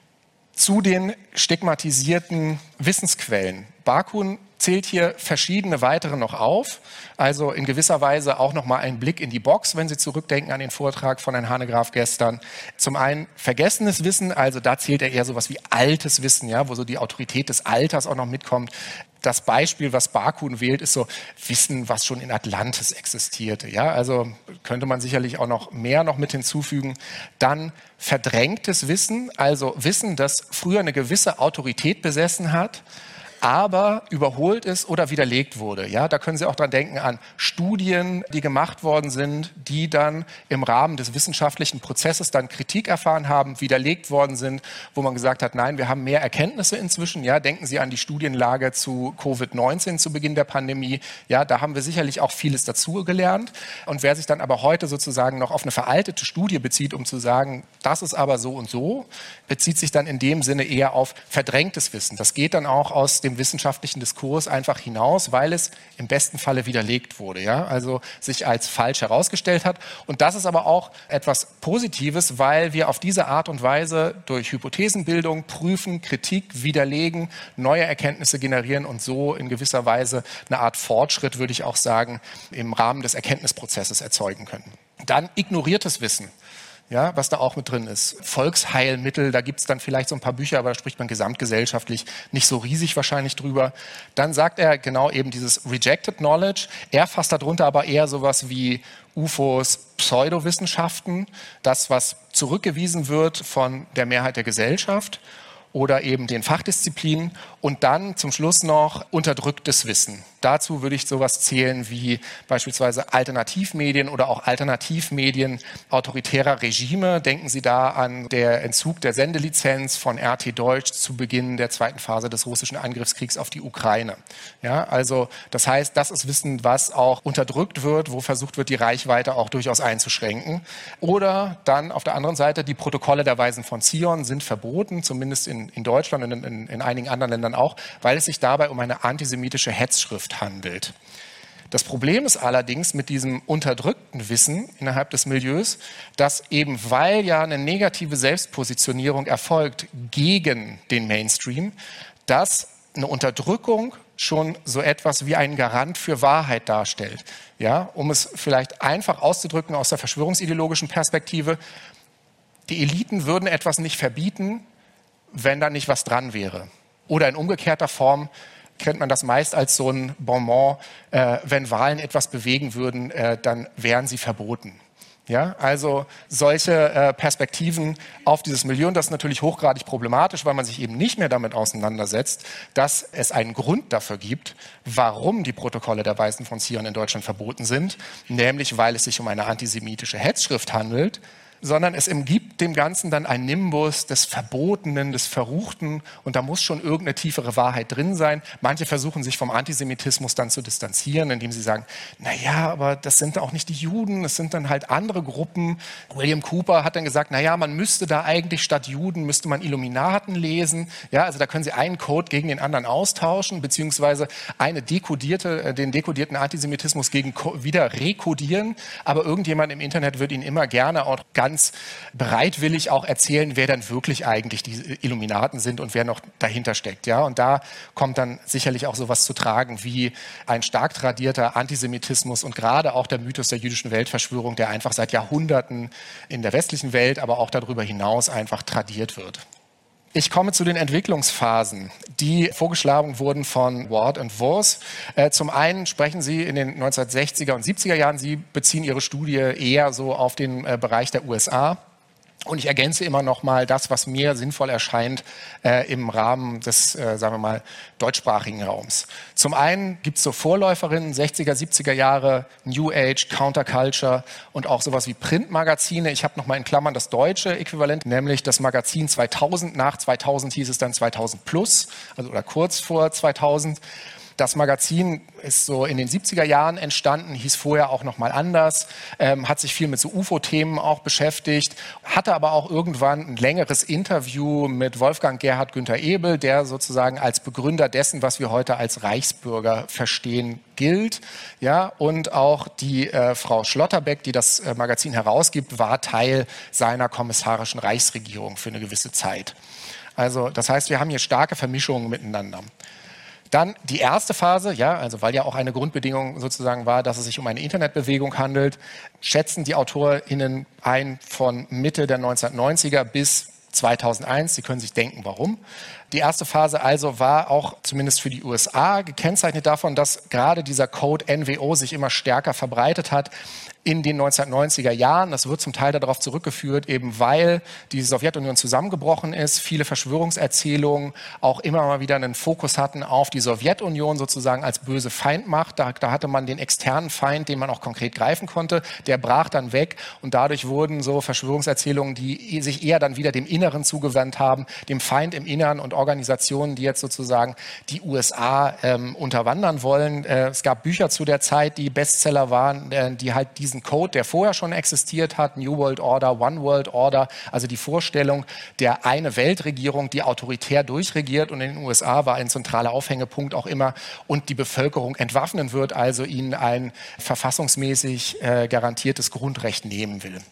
Speaker 3: zu den stigmatisierten Wissensquellen. Bakun zählt hier verschiedene weitere noch auf, also in gewisser Weise auch noch mal ein Blick in die Box, wenn Sie zurückdenken an den Vortrag von Herrn Hanegraaff gestern. Zum einen vergessenes Wissen, also da zählt er eher sowas wie altes Wissen, ja, wo so die Autorität des Alters auch noch mitkommt. Das Beispiel, was Bakun wählt, ist so Wissen, was schon in Atlantis existierte. Ja, also könnte man sicherlich auch noch mehr noch mit hinzufügen. Dann verdrängtes Wissen, also Wissen, das früher eine gewisse Autorität besessen hat, aber überholt ist oder widerlegt wurde. Ja, da können Sie auch dran denken an Studien, die gemacht worden sind, die dann im Rahmen des wissenschaftlichen Prozesses dann Kritik erfahren haben, widerlegt worden sind, wo man gesagt hat, nein, wir haben mehr Erkenntnisse inzwischen. Ja, denken Sie an die Studienlage zu Covid neunzehn zu Beginn der Pandemie. Ja, da haben wir sicherlich auch vieles dazugelernt. Und wer sich dann aber heute sozusagen noch auf eine veraltete Studie bezieht, um zu sagen, das ist aber so und so, bezieht sich dann in dem Sinne eher auf verdrängtes Wissen. Das geht dann auch aus dem wissenschaftlichen Diskurs einfach hinaus, weil es im besten Falle widerlegt wurde, ja, also sich als falsch herausgestellt hat. Und das ist aber auch etwas Positives, weil wir auf diese Art und Weise durch Hypothesenbildung prüfen, Kritik widerlegen, neue Erkenntnisse generieren und so in gewisser Weise eine Art Fortschritt, würde ich auch sagen, im Rahmen des Erkenntnisprozesses erzeugen können. Dann ignoriertes Wissen. Ja, was da auch mit drin ist. Volksheilmittel, da gibt es dann vielleicht so ein paar Bücher, aber da spricht man gesamtgesellschaftlich nicht so riesig wahrscheinlich drüber. Dann sagt er genau eben dieses Rejected Knowledge. Er fasst darunter aber eher sowas wie U F Os, Pseudowissenschaften, das, was zurückgewiesen wird von der Mehrheit der Gesellschaft oder eben den Fachdisziplinen und dann zum Schluss noch unterdrücktes Wissen. Dazu würde ich sowas zählen wie beispielsweise Alternativmedien oder auch Alternativmedien autoritärer Regime. Denken Sie da an der Entzug der Sendelizenz von R T Deutsch zu Beginn der zweiten Phase des russischen Angriffskriegs auf die Ukraine. Ja, also das heißt, das ist Wissen, was auch unterdrückt wird, wo versucht wird, die Reichweite auch durchaus einzuschränken. Oder dann auf der anderen Seite, die Protokolle der Weisen von Zion sind verboten, zumindest in, in Deutschland und in, in, in einigen anderen Ländern auch, weil es sich dabei um eine antisemitische Hetzschrift handelt. Das Problem ist allerdings mit diesem unterdrückten Wissen innerhalb des Milieus, dass eben weil ja eine negative Selbstpositionierung erfolgt gegen den Mainstream, dass eine Unterdrückung schon so etwas wie einen Garant für Wahrheit darstellt. Ja, um es vielleicht einfach auszudrücken aus der verschwörungsideologischen Perspektive, die Eliten würden etwas nicht verbieten, wenn da nicht was dran wäre. Oder in umgekehrter Form kennt man das meist als so ein Bonbon, äh, wenn Wahlen etwas bewegen würden, äh, dann wären sie verboten. Ja, also solche äh, Perspektiven auf dieses Milieu, und das ist natürlich hochgradig problematisch, weil man sich eben nicht mehr damit auseinandersetzt, dass es einen Grund dafür gibt, warum die Protokolle der Weisen von Zion in Deutschland verboten sind, nämlich weil es sich um eine antisemitische Hetzschrift handelt, sondern es gibt dem Ganzen dann ein Nimbus des Verbotenen, des Verruchten und da muss schon irgendeine tiefere Wahrheit drin sein. Manche versuchen sich vom Antisemitismus dann zu distanzieren, indem sie sagen, na ja, aber das sind auch nicht die Juden, das sind dann halt andere Gruppen. William Cooper hat dann gesagt, na ja, man müsste da eigentlich statt Juden, müsste man Illuminaten lesen. Ja, also da können Sie einen Code gegen den anderen austauschen, beziehungsweise eine dekodierte, den dekodierten Antisemitismus gegen wieder rekodieren, aber irgendjemand im Internet wird Ihnen immer gerne auch ganz ganz bereitwillig auch erzählen, wer dann wirklich eigentlich die Illuminaten sind und wer noch dahinter steckt. Ja? Und da kommt dann sicherlich auch sowas zu tragen wie ein stark tradierter Antisemitismus und gerade auch der Mythos der jüdischen Weltverschwörung, der einfach seit Jahrhunderten in der westlichen Welt, aber auch darüber hinaus einfach tradiert wird. Ich komme zu den Entwicklungsphasen, die vorgeschlagen wurden von Ward und Voss. Äh, zum einen sprechen Sie in den neunzehnhundertsechziger und siebziger Jahren, Sie beziehen Ihre Studie eher so auf den äh, Bereich der U S A. Und ich ergänze immer noch mal das, was mir sinnvoll erscheint äh, im Rahmen des, äh, sagen wir mal, deutschsprachigen Raums. Zum einen gibt es so Vorläuferinnen, sechziger, siebziger Jahre, New Age, Counterculture und auch sowas wie Printmagazine. Ich habe noch mal in Klammern das deutsche Äquivalent, nämlich das Magazin zweitausend. Nach zweitausend hieß es dann zweitausend plus, also oder kurz vor zweitausend. Das Magazin ist so in den siebziger Jahren entstanden, hieß vorher auch noch mal anders, ähm, hat sich viel mit so U F O-Themen auch beschäftigt, hatte aber auch irgendwann ein längeres Interview mit Wolfgang Gerhard Günther Ebel, der sozusagen als Begründer dessen, was wir heute als Reichsbürger verstehen, gilt. Ja, und auch die äh, Frau Schlotterbeck, die das äh, Magazin herausgibt, war Teil seiner kommissarischen Reichsregierung für eine gewisse Zeit. Also das heißt, wir haben hier starke Vermischungen miteinander. Dann die erste Phase, ja, also weil ja auch eine Grundbedingung sozusagen war, dass es sich um eine Internetbewegung handelt, schätzen die AutorInnen ein von Mitte der neunzehnhundertneunziger bis zweitausendeins. Sie können sich denken, warum. Die erste Phase also war auch zumindest für die U S A gekennzeichnet davon, dass gerade dieser Code N W O sich immer stärker verbreitet hat in den neunzehnhundertneunziger Jahren. Das wird zum Teil darauf zurückgeführt, eben weil die Sowjetunion zusammengebrochen ist, viele Verschwörungserzählungen auch immer mal wieder einen Fokus hatten auf die Sowjetunion sozusagen als böse Feindmacht. Da, da hatte man den externen Feind, den man auch konkret greifen konnte, der brach dann weg und dadurch wurden so Verschwörungserzählungen, die sich eher dann wieder dem Inneren zugewandt haben, dem Feind im Inneren und Organisationen, die jetzt sozusagen die U S A ähm, unterwandern wollen. Äh, es gab Bücher zu der Zeit, die Bestseller waren, äh, die halt diese diesen Code, der vorher schon existiert hat, New World Order, One World Order, also die Vorstellung der eine Weltregierung, die autoritär durchregiert und in den U S A war ein zentraler Aufhängepunkt auch immer und die Bevölkerung entwaffnen wird, also ihnen ein verfassungsmäßig äh, garantiertes Grundrecht nehmen will.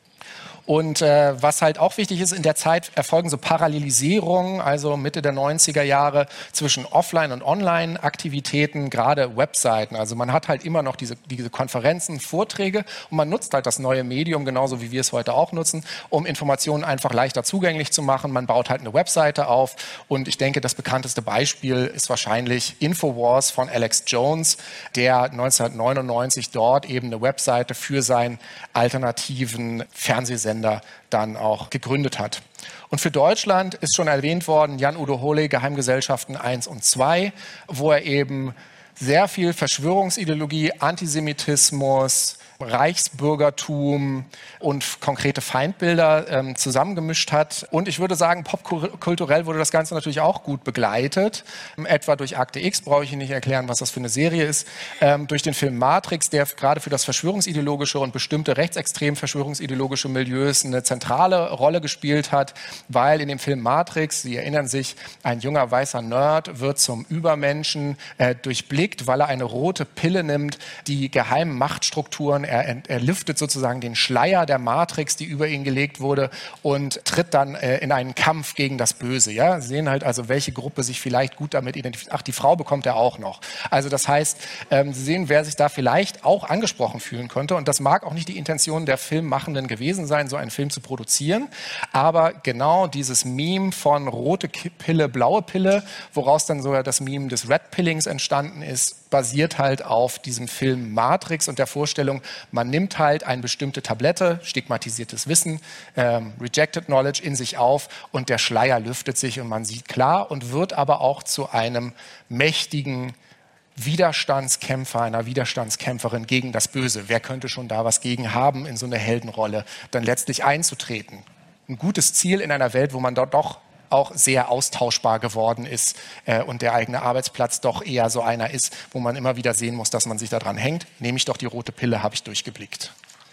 Speaker 3: Und äh, was halt auch wichtig ist, in der Zeit erfolgen so Parallelisierungen, also Mitte der neunziger Jahre, zwischen Offline- und Online-Aktivitäten, gerade Webseiten. Also man hat halt immer noch diese, diese Konferenzen, Vorträge und man nutzt halt das neue Medium, genauso wie wir es heute auch nutzen, um Informationen einfach leichter zugänglich zu machen. Man baut halt eine Webseite auf und ich denke, das bekannteste Beispiel ist wahrscheinlich Infowars von Alex Jones, der neunzehnhundertneunundneunzig dort eben eine Webseite für seinen alternativen Fernsehsender dann auch gegründet hat. Und für Deutschland ist schon erwähnt worden, Jan-Udo Holey, Geheimgesellschaften eins und zwei, wo er eben sehr viel Verschwörungsideologie, Antisemitismus, Reichsbürgertum und konkrete Feindbilder ähm, zusammengemischt hat. Und ich würde sagen, popkulturell wurde das Ganze natürlich auch gut begleitet. Ähm, etwa durch Akte X, brauche ich Ihnen nicht erklären, was das für eine Serie ist. Ähm, durch den Film Matrix, der gerade für das verschwörungsideologische und bestimmte rechtsextrem verschwörungsideologische Milieus eine zentrale Rolle gespielt hat, weil in dem Film Matrix, Sie erinnern sich, ein junger weißer Nerd wird zum Übermenschen äh, durchblickt, weil er eine rote Pille nimmt, die geheimen Machtstrukturen Er, er lüftet sozusagen den Schleier der Matrix, die über ihn gelegt wurde und tritt dann äh, in einen Kampf gegen das Böse. Ja? Sie sehen halt also, welche Gruppe sich vielleicht gut damit identifiziert. Ach, die Frau bekommt er auch noch. Also das heißt, ähm, Sie sehen, wer sich da vielleicht auch angesprochen fühlen könnte. Und das mag auch nicht die Intention der Filmmachenden gewesen sein, so einen Film zu produzieren. Aber genau dieses Meme von rote Pille, blaue Pille, woraus dann sogar das Meme des Red Pillings entstanden ist, basiert halt auf diesem Film Matrix und der Vorstellung, man nimmt halt eine bestimmte Tablette, stigmatisiertes Wissen, ähm, Rejected Knowledge in sich auf und der Schleier lüftet sich und man sieht klar und wird aber auch zu einem mächtigen Widerstandskämpfer, einer Widerstandskämpferin gegen das Böse. Wer könnte schon da was gegen haben, in so eine Heldenrolle dann letztlich einzutreten? Ein gutes Ziel in einer Welt, wo man dort doch auch sehr austauschbar geworden ist äh, und der eigene Arbeitsplatz doch eher so einer ist, wo man immer wieder sehen muss, dass man sich daran hängt. Nehme ich doch die rote Pille, habe ich durchgeblickt.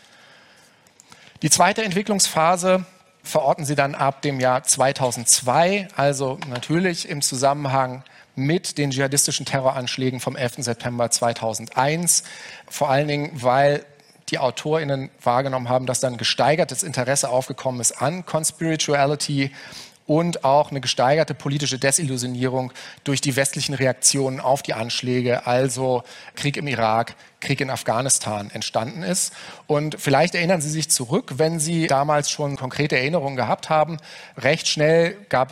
Speaker 3: Die zweite Entwicklungsphase verorten Sie dann ab dem Jahr zweitausendzwei, also natürlich im Zusammenhang mit den dschihadistischen Terroranschlägen vom elften September zweitausendeins, vor allen Dingen, weil die AutorInnen wahrgenommen haben, dass dann gesteigertes Interesse aufgekommen ist an Conspirituality und auch eine gesteigerte politische Desillusionierung durch die westlichen Reaktionen auf die Anschläge, also Krieg im Irak, Krieg in Afghanistan entstanden ist. Und vielleicht erinnern Sie sich zurück, wenn Sie damals schon konkrete Erinnerungen gehabt haben. Recht schnell gab es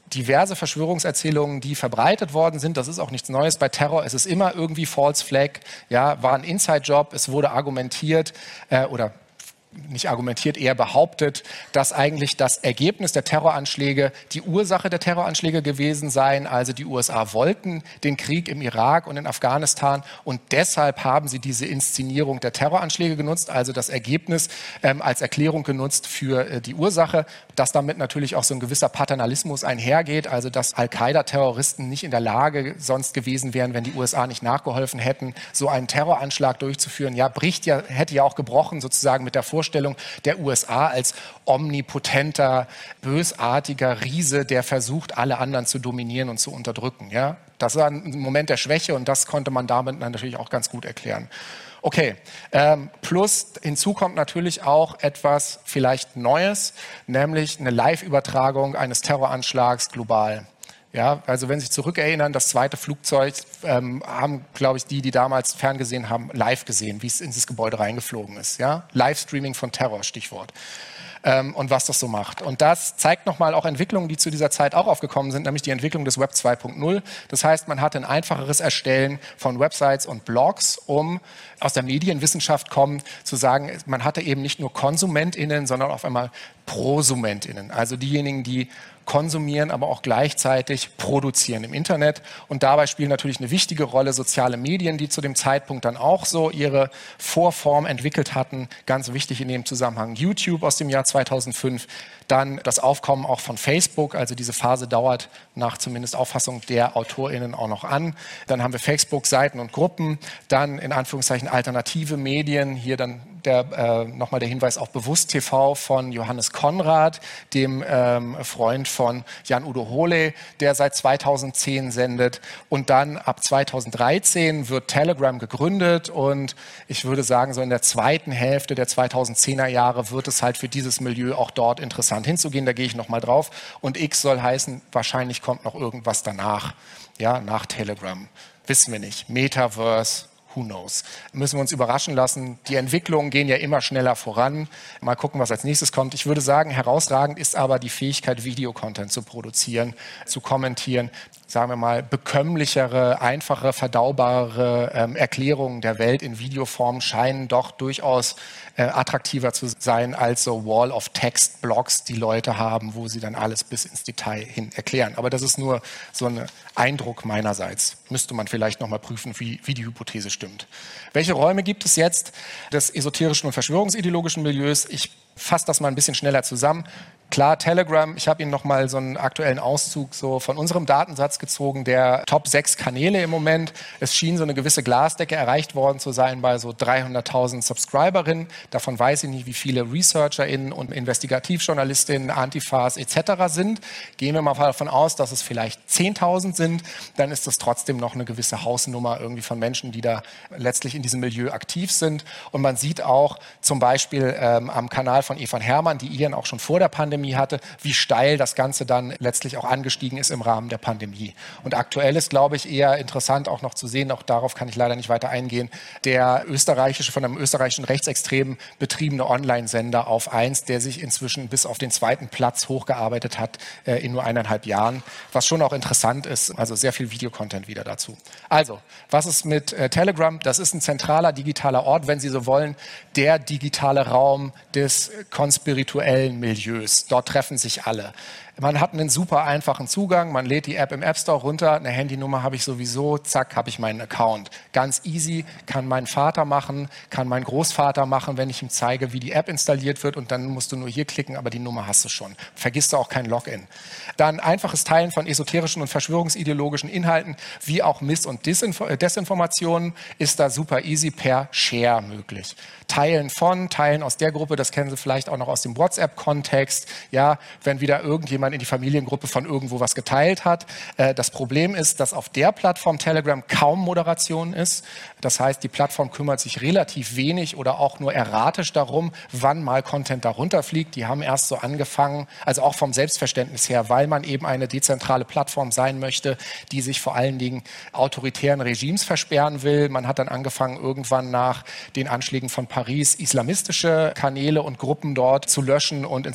Speaker 3: diverse Verschwörungserzählungen, die verbreitet worden sind. Das ist auch nichts Neues bei Terror. Es ist immer irgendwie False Flag, ja, war ein Inside-Job. Es wurde argumentiert äh, oder nicht argumentiert, eher behauptet, dass eigentlich das Ergebnis der Terroranschläge die Ursache der Terroranschläge gewesen seien. Also die U S A wollten den Krieg im Irak und in Afghanistan und deshalb haben sie diese Inszenierung der Terroranschläge genutzt, also das Ergebnis ähm, als Erklärung genutzt für äh, die Ursache, dass damit natürlich auch so ein gewisser Paternalismus einhergeht, also dass Al-Qaida-Terroristen nicht in der Lage sonst gewesen wären, wenn die U S A nicht nachgeholfen hätten, so einen Terroranschlag durchzuführen. Ja, bricht ja, hätte ja auch gebrochen sozusagen mit der Vorstellung, der U S A als omnipotenter, bösartiger Riese, der versucht, alle anderen zu dominieren und zu unterdrücken. Ja? Das war ein Moment der Schwäche und das konnte man damit natürlich auch ganz gut erklären. Okay, ähm, plus hinzu kommt natürlich auch etwas vielleicht Neues, nämlich eine Live-Übertragung eines Terroranschlags global. Ja, also wenn Sie sich zurückerinnern, das zweite Flugzeug ähm, haben, glaube ich, die, die damals ferngesehen haben, live gesehen, wie es in dieses Gebäude reingeflogen ist. Ja? Livestreaming von Terror, Stichwort. Ähm, und was das so macht. Und das zeigt nochmal auch Entwicklungen, die zu dieser Zeit auch aufgekommen sind, nämlich die Entwicklung des Web zwei Punkt null. Das heißt, man hatte ein einfacheres Erstellen von Websites und Blogs, um aus der Medienwissenschaft kommen, zu sagen, man hatte eben nicht nur KonsumentInnen, sondern auf einmal ProsumentInnen. Also diejenigen, die konsumieren, aber auch gleichzeitig produzieren im Internet. Und dabei spielen natürlich eine wichtige Rolle soziale Medien, die zu dem Zeitpunkt dann auch so ihre Vorform entwickelt hatten. Ganz wichtig in dem Zusammenhang YouTube aus dem Jahr zweitausendfünf. Dann das Aufkommen auch von Facebook, also diese Phase dauert nach zumindest Auffassung der AutorInnen auch noch an. Dann haben wir Facebook-Seiten und Gruppen, dann in Anführungszeichen alternative Medien, hier dann der, äh, nochmal der Hinweis auf Bewusst T V von Johannes Konrad, dem ähm, Freund von Jan-Udo Holey, der seit zweitausendzehn sendet. Und dann ab zweitausenddreizehn wird Telegram gegründet und ich würde sagen, so in der zweiten Hälfte der zweitausendzehner Jahre wird es halt für dieses Milieu auch dort interessant hinzugehen, da gehe ich nochmal drauf. Und X soll heißen, wahrscheinlich kommt noch irgendwas danach, ja, nach Telegram. Wissen wir nicht. Metaverse, who knows. Müssen wir uns überraschen lassen. Die Entwicklungen gehen ja immer schneller voran. Mal gucken, was als nächstes kommt. Ich würde sagen, herausragend ist aber die Fähigkeit, Videocontent zu produzieren, zu kommentieren. Sagen wir mal, bekömmlichere, einfache, verdaubare ähm, Erklärungen der Welt in Videoform scheinen doch durchaus äh, attraktiver zu sein als so Wall-of-Text-Blogs, die Leute haben, wo sie dann alles bis ins Detail hin erklären. Aber das ist nur so ein Eindruck meinerseits. Müsste man vielleicht nochmal prüfen, wie, wie die Hypothese stimmt. Welche Räume gibt es jetzt des esoterischen und verschwörungsideologischen Milieus? Ich fasse das mal ein bisschen schneller zusammen. Klar, Telegram, ich habe Ihnen noch mal so einen aktuellen Auszug so von unserem Datensatz gezogen, der Top sechs Kanäle im Moment. Es schien so eine gewisse Glasdecke erreicht worden zu sein bei so dreihunderttausend Subscriberinnen. Davon weiß ich nicht, wie viele ResearcherInnen und Investigativjournalistinnen, Antifas et cetera sind. Gehen wir mal davon aus, dass es vielleicht zehntausend sind. Dann ist das trotzdem noch eine gewisse Hausnummer irgendwie von Menschen, die da letztlich in diesem Milieu aktiv sind. Und man sieht auch zum Beispiel ähm, am Kanal von Evan Herrmann, die Ian auch schon vor der Pandemie hatte, wie steil das Ganze dann letztlich auch angestiegen ist im Rahmen der Pandemie. Und aktuell ist, glaube ich, eher interessant auch noch zu sehen, auch darauf kann ich leider nicht weiter eingehen, der österreichische, von einem österreichischen Rechtsextremen betriebene Online-Sender auf eins, der sich inzwischen bis auf den zweiten Platz hochgearbeitet hat äh, in nur eineinhalb Jahren, was schon auch interessant ist, also sehr viel Videocontent wieder dazu. Also, was ist mit äh, Telegram? Das ist ein zentraler digitaler Ort, wenn Sie so wollen, der digitale Raum des konspirituellen Milieus. Dort treffen sich alle. Man hat einen super einfachen Zugang, man lädt die App im App Store runter, eine Handynummer habe ich sowieso, zack, habe ich meinen Account. Ganz easy, kann mein Vater machen, kann mein Großvater machen, wenn ich ihm zeige, wie die App installiert wird und dann musst du nur hier klicken, aber die Nummer hast du schon. Vergisst du auch kein Login. Dann einfaches Teilen von esoterischen und verschwörungsideologischen Inhalten, wie auch Miss- und Disinfo- Desinformationen, ist da super easy per Share möglich. Teilen von, Teilen aus der Gruppe, das kennen Sie vielleicht auch noch aus dem WhatsApp-Kontext, ja, wenn wieder irgendjemand in die Familiengruppe von irgendwo was geteilt hat. Äh, das Problem ist, dass auf der Plattform Telegram kaum Moderation ist. Das heißt, die Plattform kümmert sich relativ wenig oder auch nur erratisch darum, wann mal Content darunter fliegt. Die haben erst so angefangen, also auch vom Selbstverständnis her, weil man eben eine dezentrale Plattform sein möchte, die sich vor allen Dingen autoritären Regimes versperren will. Man hat dann angefangen, irgendwann nach den Anschlägen von Paris islamistische Kanäle und Gruppen dort zu löschen und inzwischen passiert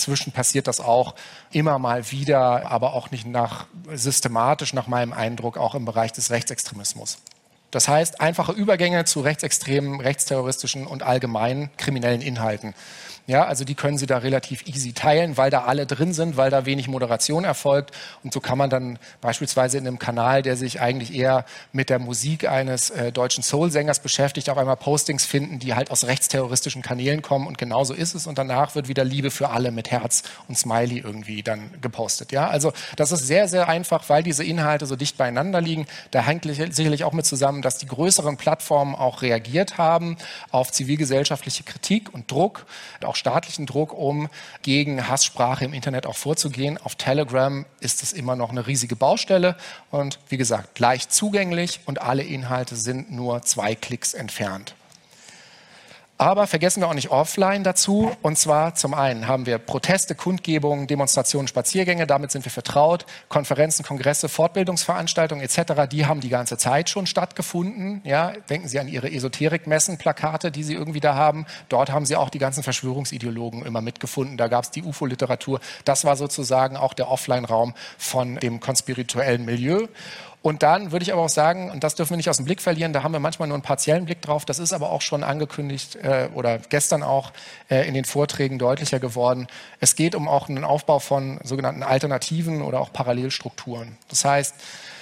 Speaker 3: passiert das auch immer mal wieder, aber auch nicht nach, systematisch nach meinem Eindruck, auch im Bereich des Rechtsextremismus. Das heißt, einfache Übergänge zu rechtsextremen, rechtsterroristischen und allgemeinen kriminellen Inhalten. Ja, also die können Sie da relativ easy teilen, weil da alle drin sind, weil da wenig Moderation erfolgt. Und so kann man dann beispielsweise in einem Kanal, der sich eigentlich eher mit der Musik eines äh, deutschen Soul-Sängers beschäftigt, auf einmal Postings finden, die halt aus rechtsterroristischen Kanälen kommen. Und genauso ist es. Und danach wird wieder Liebe für alle mit Herz und Smiley irgendwie dann gepostet. Ja, also das ist sehr, sehr einfach, weil diese Inhalte so dicht beieinander liegen. Da hängt sicherlich auch mit zusammen, dass die größeren Plattformen auch reagiert haben auf zivilgesellschaftliche Kritik und Druck, auch staatlichen Druck, um gegen Hasssprache im Internet auch vorzugehen. Auf Telegram ist es immer noch eine riesige Baustelle und wie gesagt, leicht zugänglich und alle Inhalte sind nur zwei Klicks entfernt. Aber vergessen wir auch nicht offline dazu. Und zwar zum einen haben wir Proteste, Kundgebungen, Demonstrationen, Spaziergänge. Damit sind wir vertraut. Konferenzen, Kongresse, Fortbildungsveranstaltungen et cetera. Die haben die ganze Zeit schon stattgefunden. Ja, denken Sie an Ihre Esoterikmessen, Plakate, die Sie irgendwie da haben. Dort haben Sie auch die ganzen Verschwörungsideologen immer mitgefunden. Da gab es die U F O-Literatur. Das war sozusagen auch der Offline-Raum von dem konspirituellen Milieu. Und dann würde ich aber auch sagen, und das dürfen wir nicht aus dem Blick verlieren, da haben wir manchmal nur einen partiellen Blick drauf, das ist aber auch schon angekündigt äh, oder gestern auch äh, in den Vorträgen deutlicher geworden. Es geht um auch einen Aufbau von sogenannten Alternativen oder auch Parallelstrukturen. Das heißt,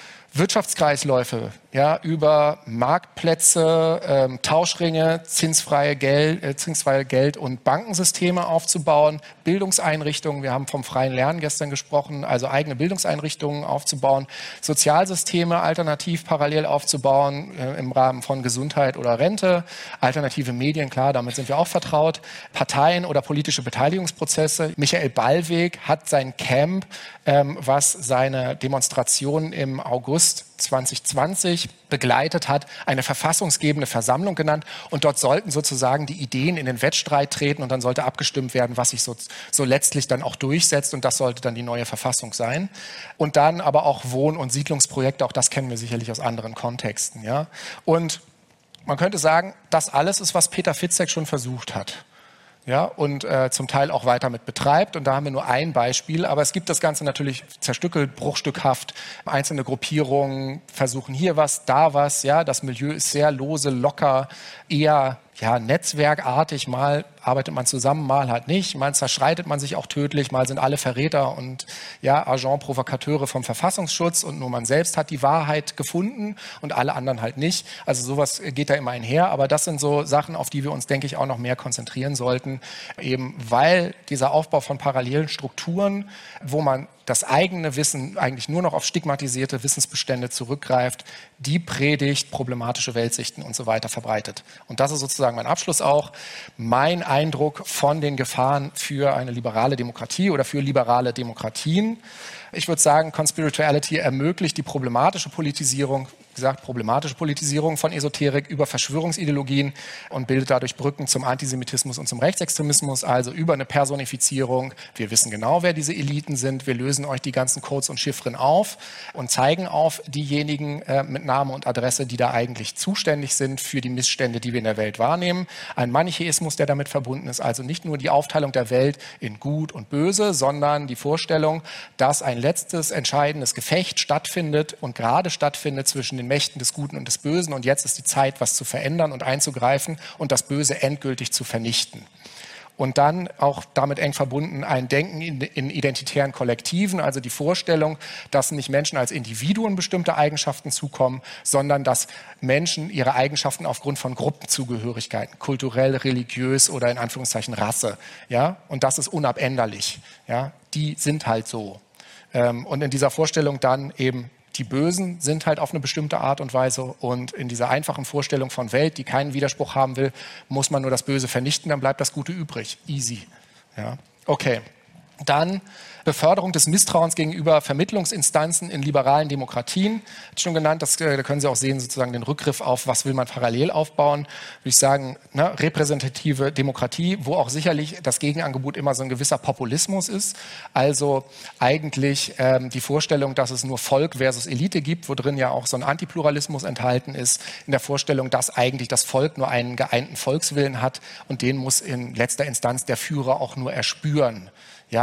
Speaker 3: Wirtschaftskreisläufe, ja, über Marktplätze, ähm, Tauschringe, zinsfreie Geld, äh, zinsfreie Geld- und Bankensysteme aufzubauen, Bildungseinrichtungen, wir haben vom freien Lernen gestern gesprochen, also eigene Bildungseinrichtungen aufzubauen, Sozialsysteme alternativ parallel aufzubauen äh, im Rahmen von Gesundheit oder Rente, alternative Medien, klar, damit sind wir auch vertraut, Parteien oder politische Beteiligungsprozesse. Michael Ballweg hat sein Camp, ähm, was seine Demonstration im August zwanzig zwanzig begleitet hat, eine verfassungsgebende Versammlung genannt. Und dort sollten sozusagen die Ideen in den Wettstreit treten und dann sollte abgestimmt werden, was sich so, so letztlich dann auch durchsetzt. Und das sollte dann die neue Verfassung sein. Und dann aber auch Wohn- und Siedlungsprojekte, auch das kennen wir sicherlich aus anderen Kontexten. Ja? Und man könnte sagen, das alles ist, was Peter Fitzek schon versucht hat. Ja, und äh, zum Teil auch weiter mit betreibt. Und da haben wir nur ein Beispiel. Aber es gibt das Ganze natürlich zerstückelt, bruchstückhaft. Einzelne Gruppierungen versuchen hier was, da was. Ja, das Milieu ist sehr lose, locker, eher ja, netzwerkartig. Mal arbeitet man zusammen, mal halt nicht. Mal zerschreitet man sich auch tödlich, mal sind alle Verräter und ja, Agent Provokateure vom Verfassungsschutz und nur man selbst hat die Wahrheit gefunden und alle anderen halt nicht. Also sowas geht da immer einher. Aber das sind so Sachen, auf die wir uns, denke ich, auch noch mehr konzentrieren sollten. Eben weil dieser Aufbau von parallelen Strukturen, wo man das eigene Wissen eigentlich nur noch auf stigmatisierte Wissensbestände zurückgreift, die predigt, problematische Weltsichten und so weiter verbreitet. Und das ist sozusagen mein Abschluss auch. Mein Eindruck von den Gefahren für eine liberale Demokratie oder für liberale Demokratien. Ich würde sagen, Conspirituality ermöglicht die problematische Politisierung, wie gesagt, problematische Politisierung von Esoterik über Verschwörungsideologien und bildet dadurch Brücken zum Antisemitismus und zum Rechtsextremismus, also über eine Personifizierung. Wir wissen genau, wer diese Eliten sind. Wir lösen euch die ganzen Codes und Chiffren auf und zeigen auf diejenigen äh, mit Name und Adresse, die da eigentlich zuständig sind für die Missstände, die wir in der Welt wahrnehmen. Ein Manichäismus, der damit verbunden ist, also nicht nur die Aufteilung der Welt in Gut und Böse, sondern die Vorstellung, dass ein letztes entscheidendes Gefecht stattfindet und gerade stattfindet zwischen den Mächten des Guten und des Bösen. Und jetzt ist die Zeit, was zu verändern und einzugreifen und das Böse endgültig zu vernichten. Und dann auch damit eng verbunden ein Denken in, in identitären Kollektiven, also die Vorstellung, dass nicht Menschen als Individuen bestimmte Eigenschaften zukommen, sondern dass Menschen ihre Eigenschaften aufgrund von Gruppenzugehörigkeiten, kulturell, religiös oder in Anführungszeichen Rasse, ja, und das ist unabänderlich, ja, die sind halt so. Und in dieser Vorstellung dann eben, die Bösen sind halt auf eine bestimmte Art und Weise und in dieser einfachen Vorstellung von Welt, die keinen Widerspruch haben will, muss man nur das Böse vernichten, dann bleibt das Gute übrig. Easy. Ja. Okay. Dann Beförderung des Misstrauens gegenüber Vermittlungsinstanzen in liberalen Demokratien. Ich schon genannt, das, da können Sie auch sehen, sozusagen den Rückgriff auf, was will man parallel aufbauen. Würde ich sagen, ne, repräsentative Demokratie, wo auch sicherlich das Gegenangebot immer so ein gewisser Populismus ist. Also eigentlich ähm, die Vorstellung, dass es nur Volk versus Elite gibt, wo drin ja auch so ein Antipluralismus enthalten ist, in der Vorstellung, dass eigentlich das Volk nur einen geeinten Volkswillen hat und den muss in letzter Instanz der Führer auch nur erspüren. Ja,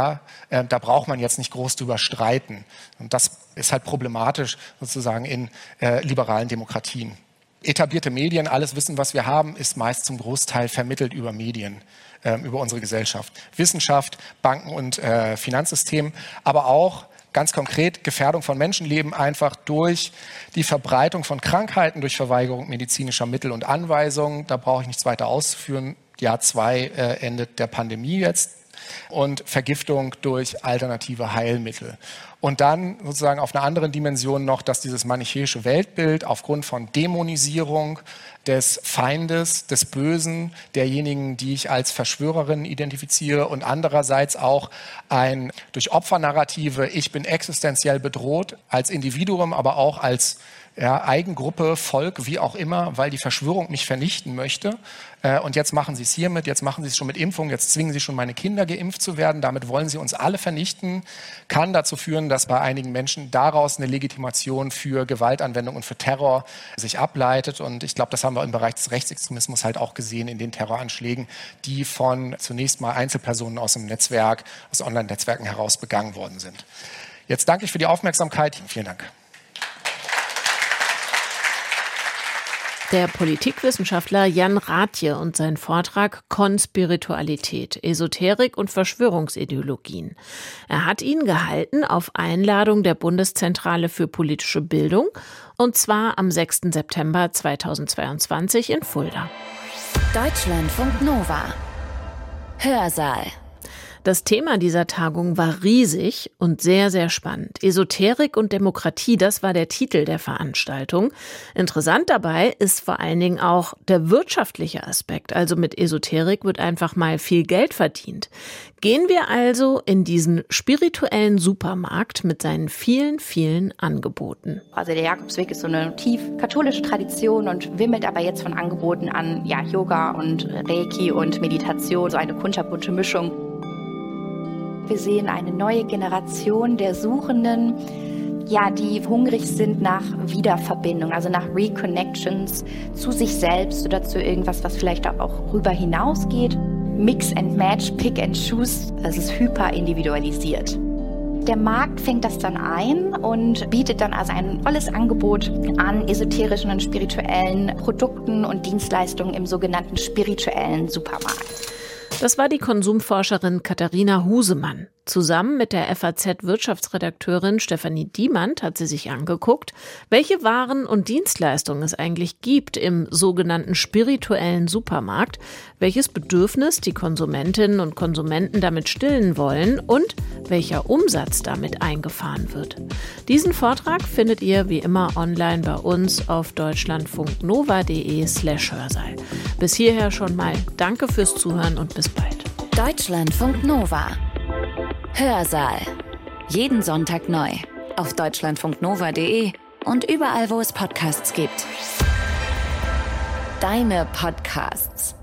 Speaker 3: ja, äh, da braucht man jetzt nicht groß drüber streiten. Und das ist halt problematisch sozusagen in äh, liberalen Demokratien. Etablierte Medien, alles Wissen, was wir haben, ist meist zum Großteil vermittelt über Medien, äh, über unsere Gesellschaft. Wissenschaft, Banken und äh, Finanzsystem, aber auch ganz konkret Gefährdung von Menschenleben einfach durch die Verbreitung von Krankheiten, durch Verweigerung medizinischer Mittel und Anweisungen. Da brauche ich nichts weiter auszuführen. Jahr zwei äh, endet der Pandemie jetzt. Und Vergiftung durch alternative Heilmittel. Und dann sozusagen auf einer anderen Dimension noch, dass dieses manichäische Weltbild aufgrund von Dämonisierung des Feindes, des Bösen, derjenigen, die ich als Verschwörerin identifiziere und andererseits auch ein durch Opfernarrative, ich bin existenziell bedroht als Individuum, aber auch als ja, Eigengruppe, Volk, wie auch immer, weil die Verschwörung mich vernichten möchte. Äh, und jetzt machen sie es hiermit, jetzt machen sie es schon mit Impfung, jetzt zwingen sie schon meine Kinder geimpft zu werden. Damit wollen sie uns alle vernichten. Kann dazu führen, dass bei einigen Menschen daraus eine Legitimation für Gewaltanwendung und für Terror sich ableitet. Und ich glaube, das haben wir im Bereich des Rechtsextremismus halt auch gesehen in den Terroranschlägen, die von zunächst mal Einzelpersonen aus dem Netzwerk, aus Online-Netzwerken heraus begangen worden sind. Jetzt danke ich für die Aufmerksamkeit. Vielen Dank.
Speaker 2: Der Politikwissenschaftler Jan Rathje und sein Vortrag Konspiritualität, Esoterik und Verschwörungsideologien. Er hat ihn gehalten auf Einladung der Bundeszentrale für politische Bildung und zwar am sechsten September zweitausendzweiundzwanzig in Fulda.
Speaker 1: Deutschlandfunk Nova. Hörsaal.
Speaker 2: Das Thema dieser Tagung war riesig und sehr, sehr spannend. Esoterik und Demokratie, das war der Titel der Veranstaltung. Interessant dabei ist vor allen Dingen auch der wirtschaftliche Aspekt. Also mit Esoterik wird einfach mal viel Geld verdient. Gehen wir also in diesen spirituellen Supermarkt mit seinen vielen, vielen Angeboten.
Speaker 4: Also der Jakobsweg ist so eine tief katholische Tradition und wimmelt aber jetzt von Angeboten an ja, Yoga und Reiki und Meditation, so eine kunterbunte Mischung. Wir sehen eine neue Generation der Suchenden, ja, die hungrig sind nach Wiederverbindung, also nach Reconnections zu sich selbst oder zu irgendwas, was vielleicht auch rüber hinausgeht. Mix and Match, Pick and Choose, das ist hyper individualisiert. Der Markt fängt das dann ein und bietet dann also ein volles Angebot an esoterischen und spirituellen Produkten und Dienstleistungen im sogenannten spirituellen Supermarkt.
Speaker 2: Das war die Konsumforscherin Katharina Husemann. Zusammen mit der F A Z-Wirtschaftsredakteurin Stefanie Diemand hat sie sich angeguckt, welche Waren und Dienstleistungen es eigentlich gibt im sogenannten spirituellen Supermarkt, welches Bedürfnis die Konsumentinnen und Konsumenten damit stillen wollen und welcher Umsatz damit eingefahren wird. Diesen Vortrag findet ihr wie immer online bei uns auf deutschlandfunknova.de slash Hörsaal. Bis hierher schon mal danke fürs Zuhören und bis bald.
Speaker 1: Deutschlandfunk Nova. Hörsaal. Jeden Sonntag neu. Auf deutschlandfunknova punkt de und überall, wo es Podcasts gibt. Deine Podcasts.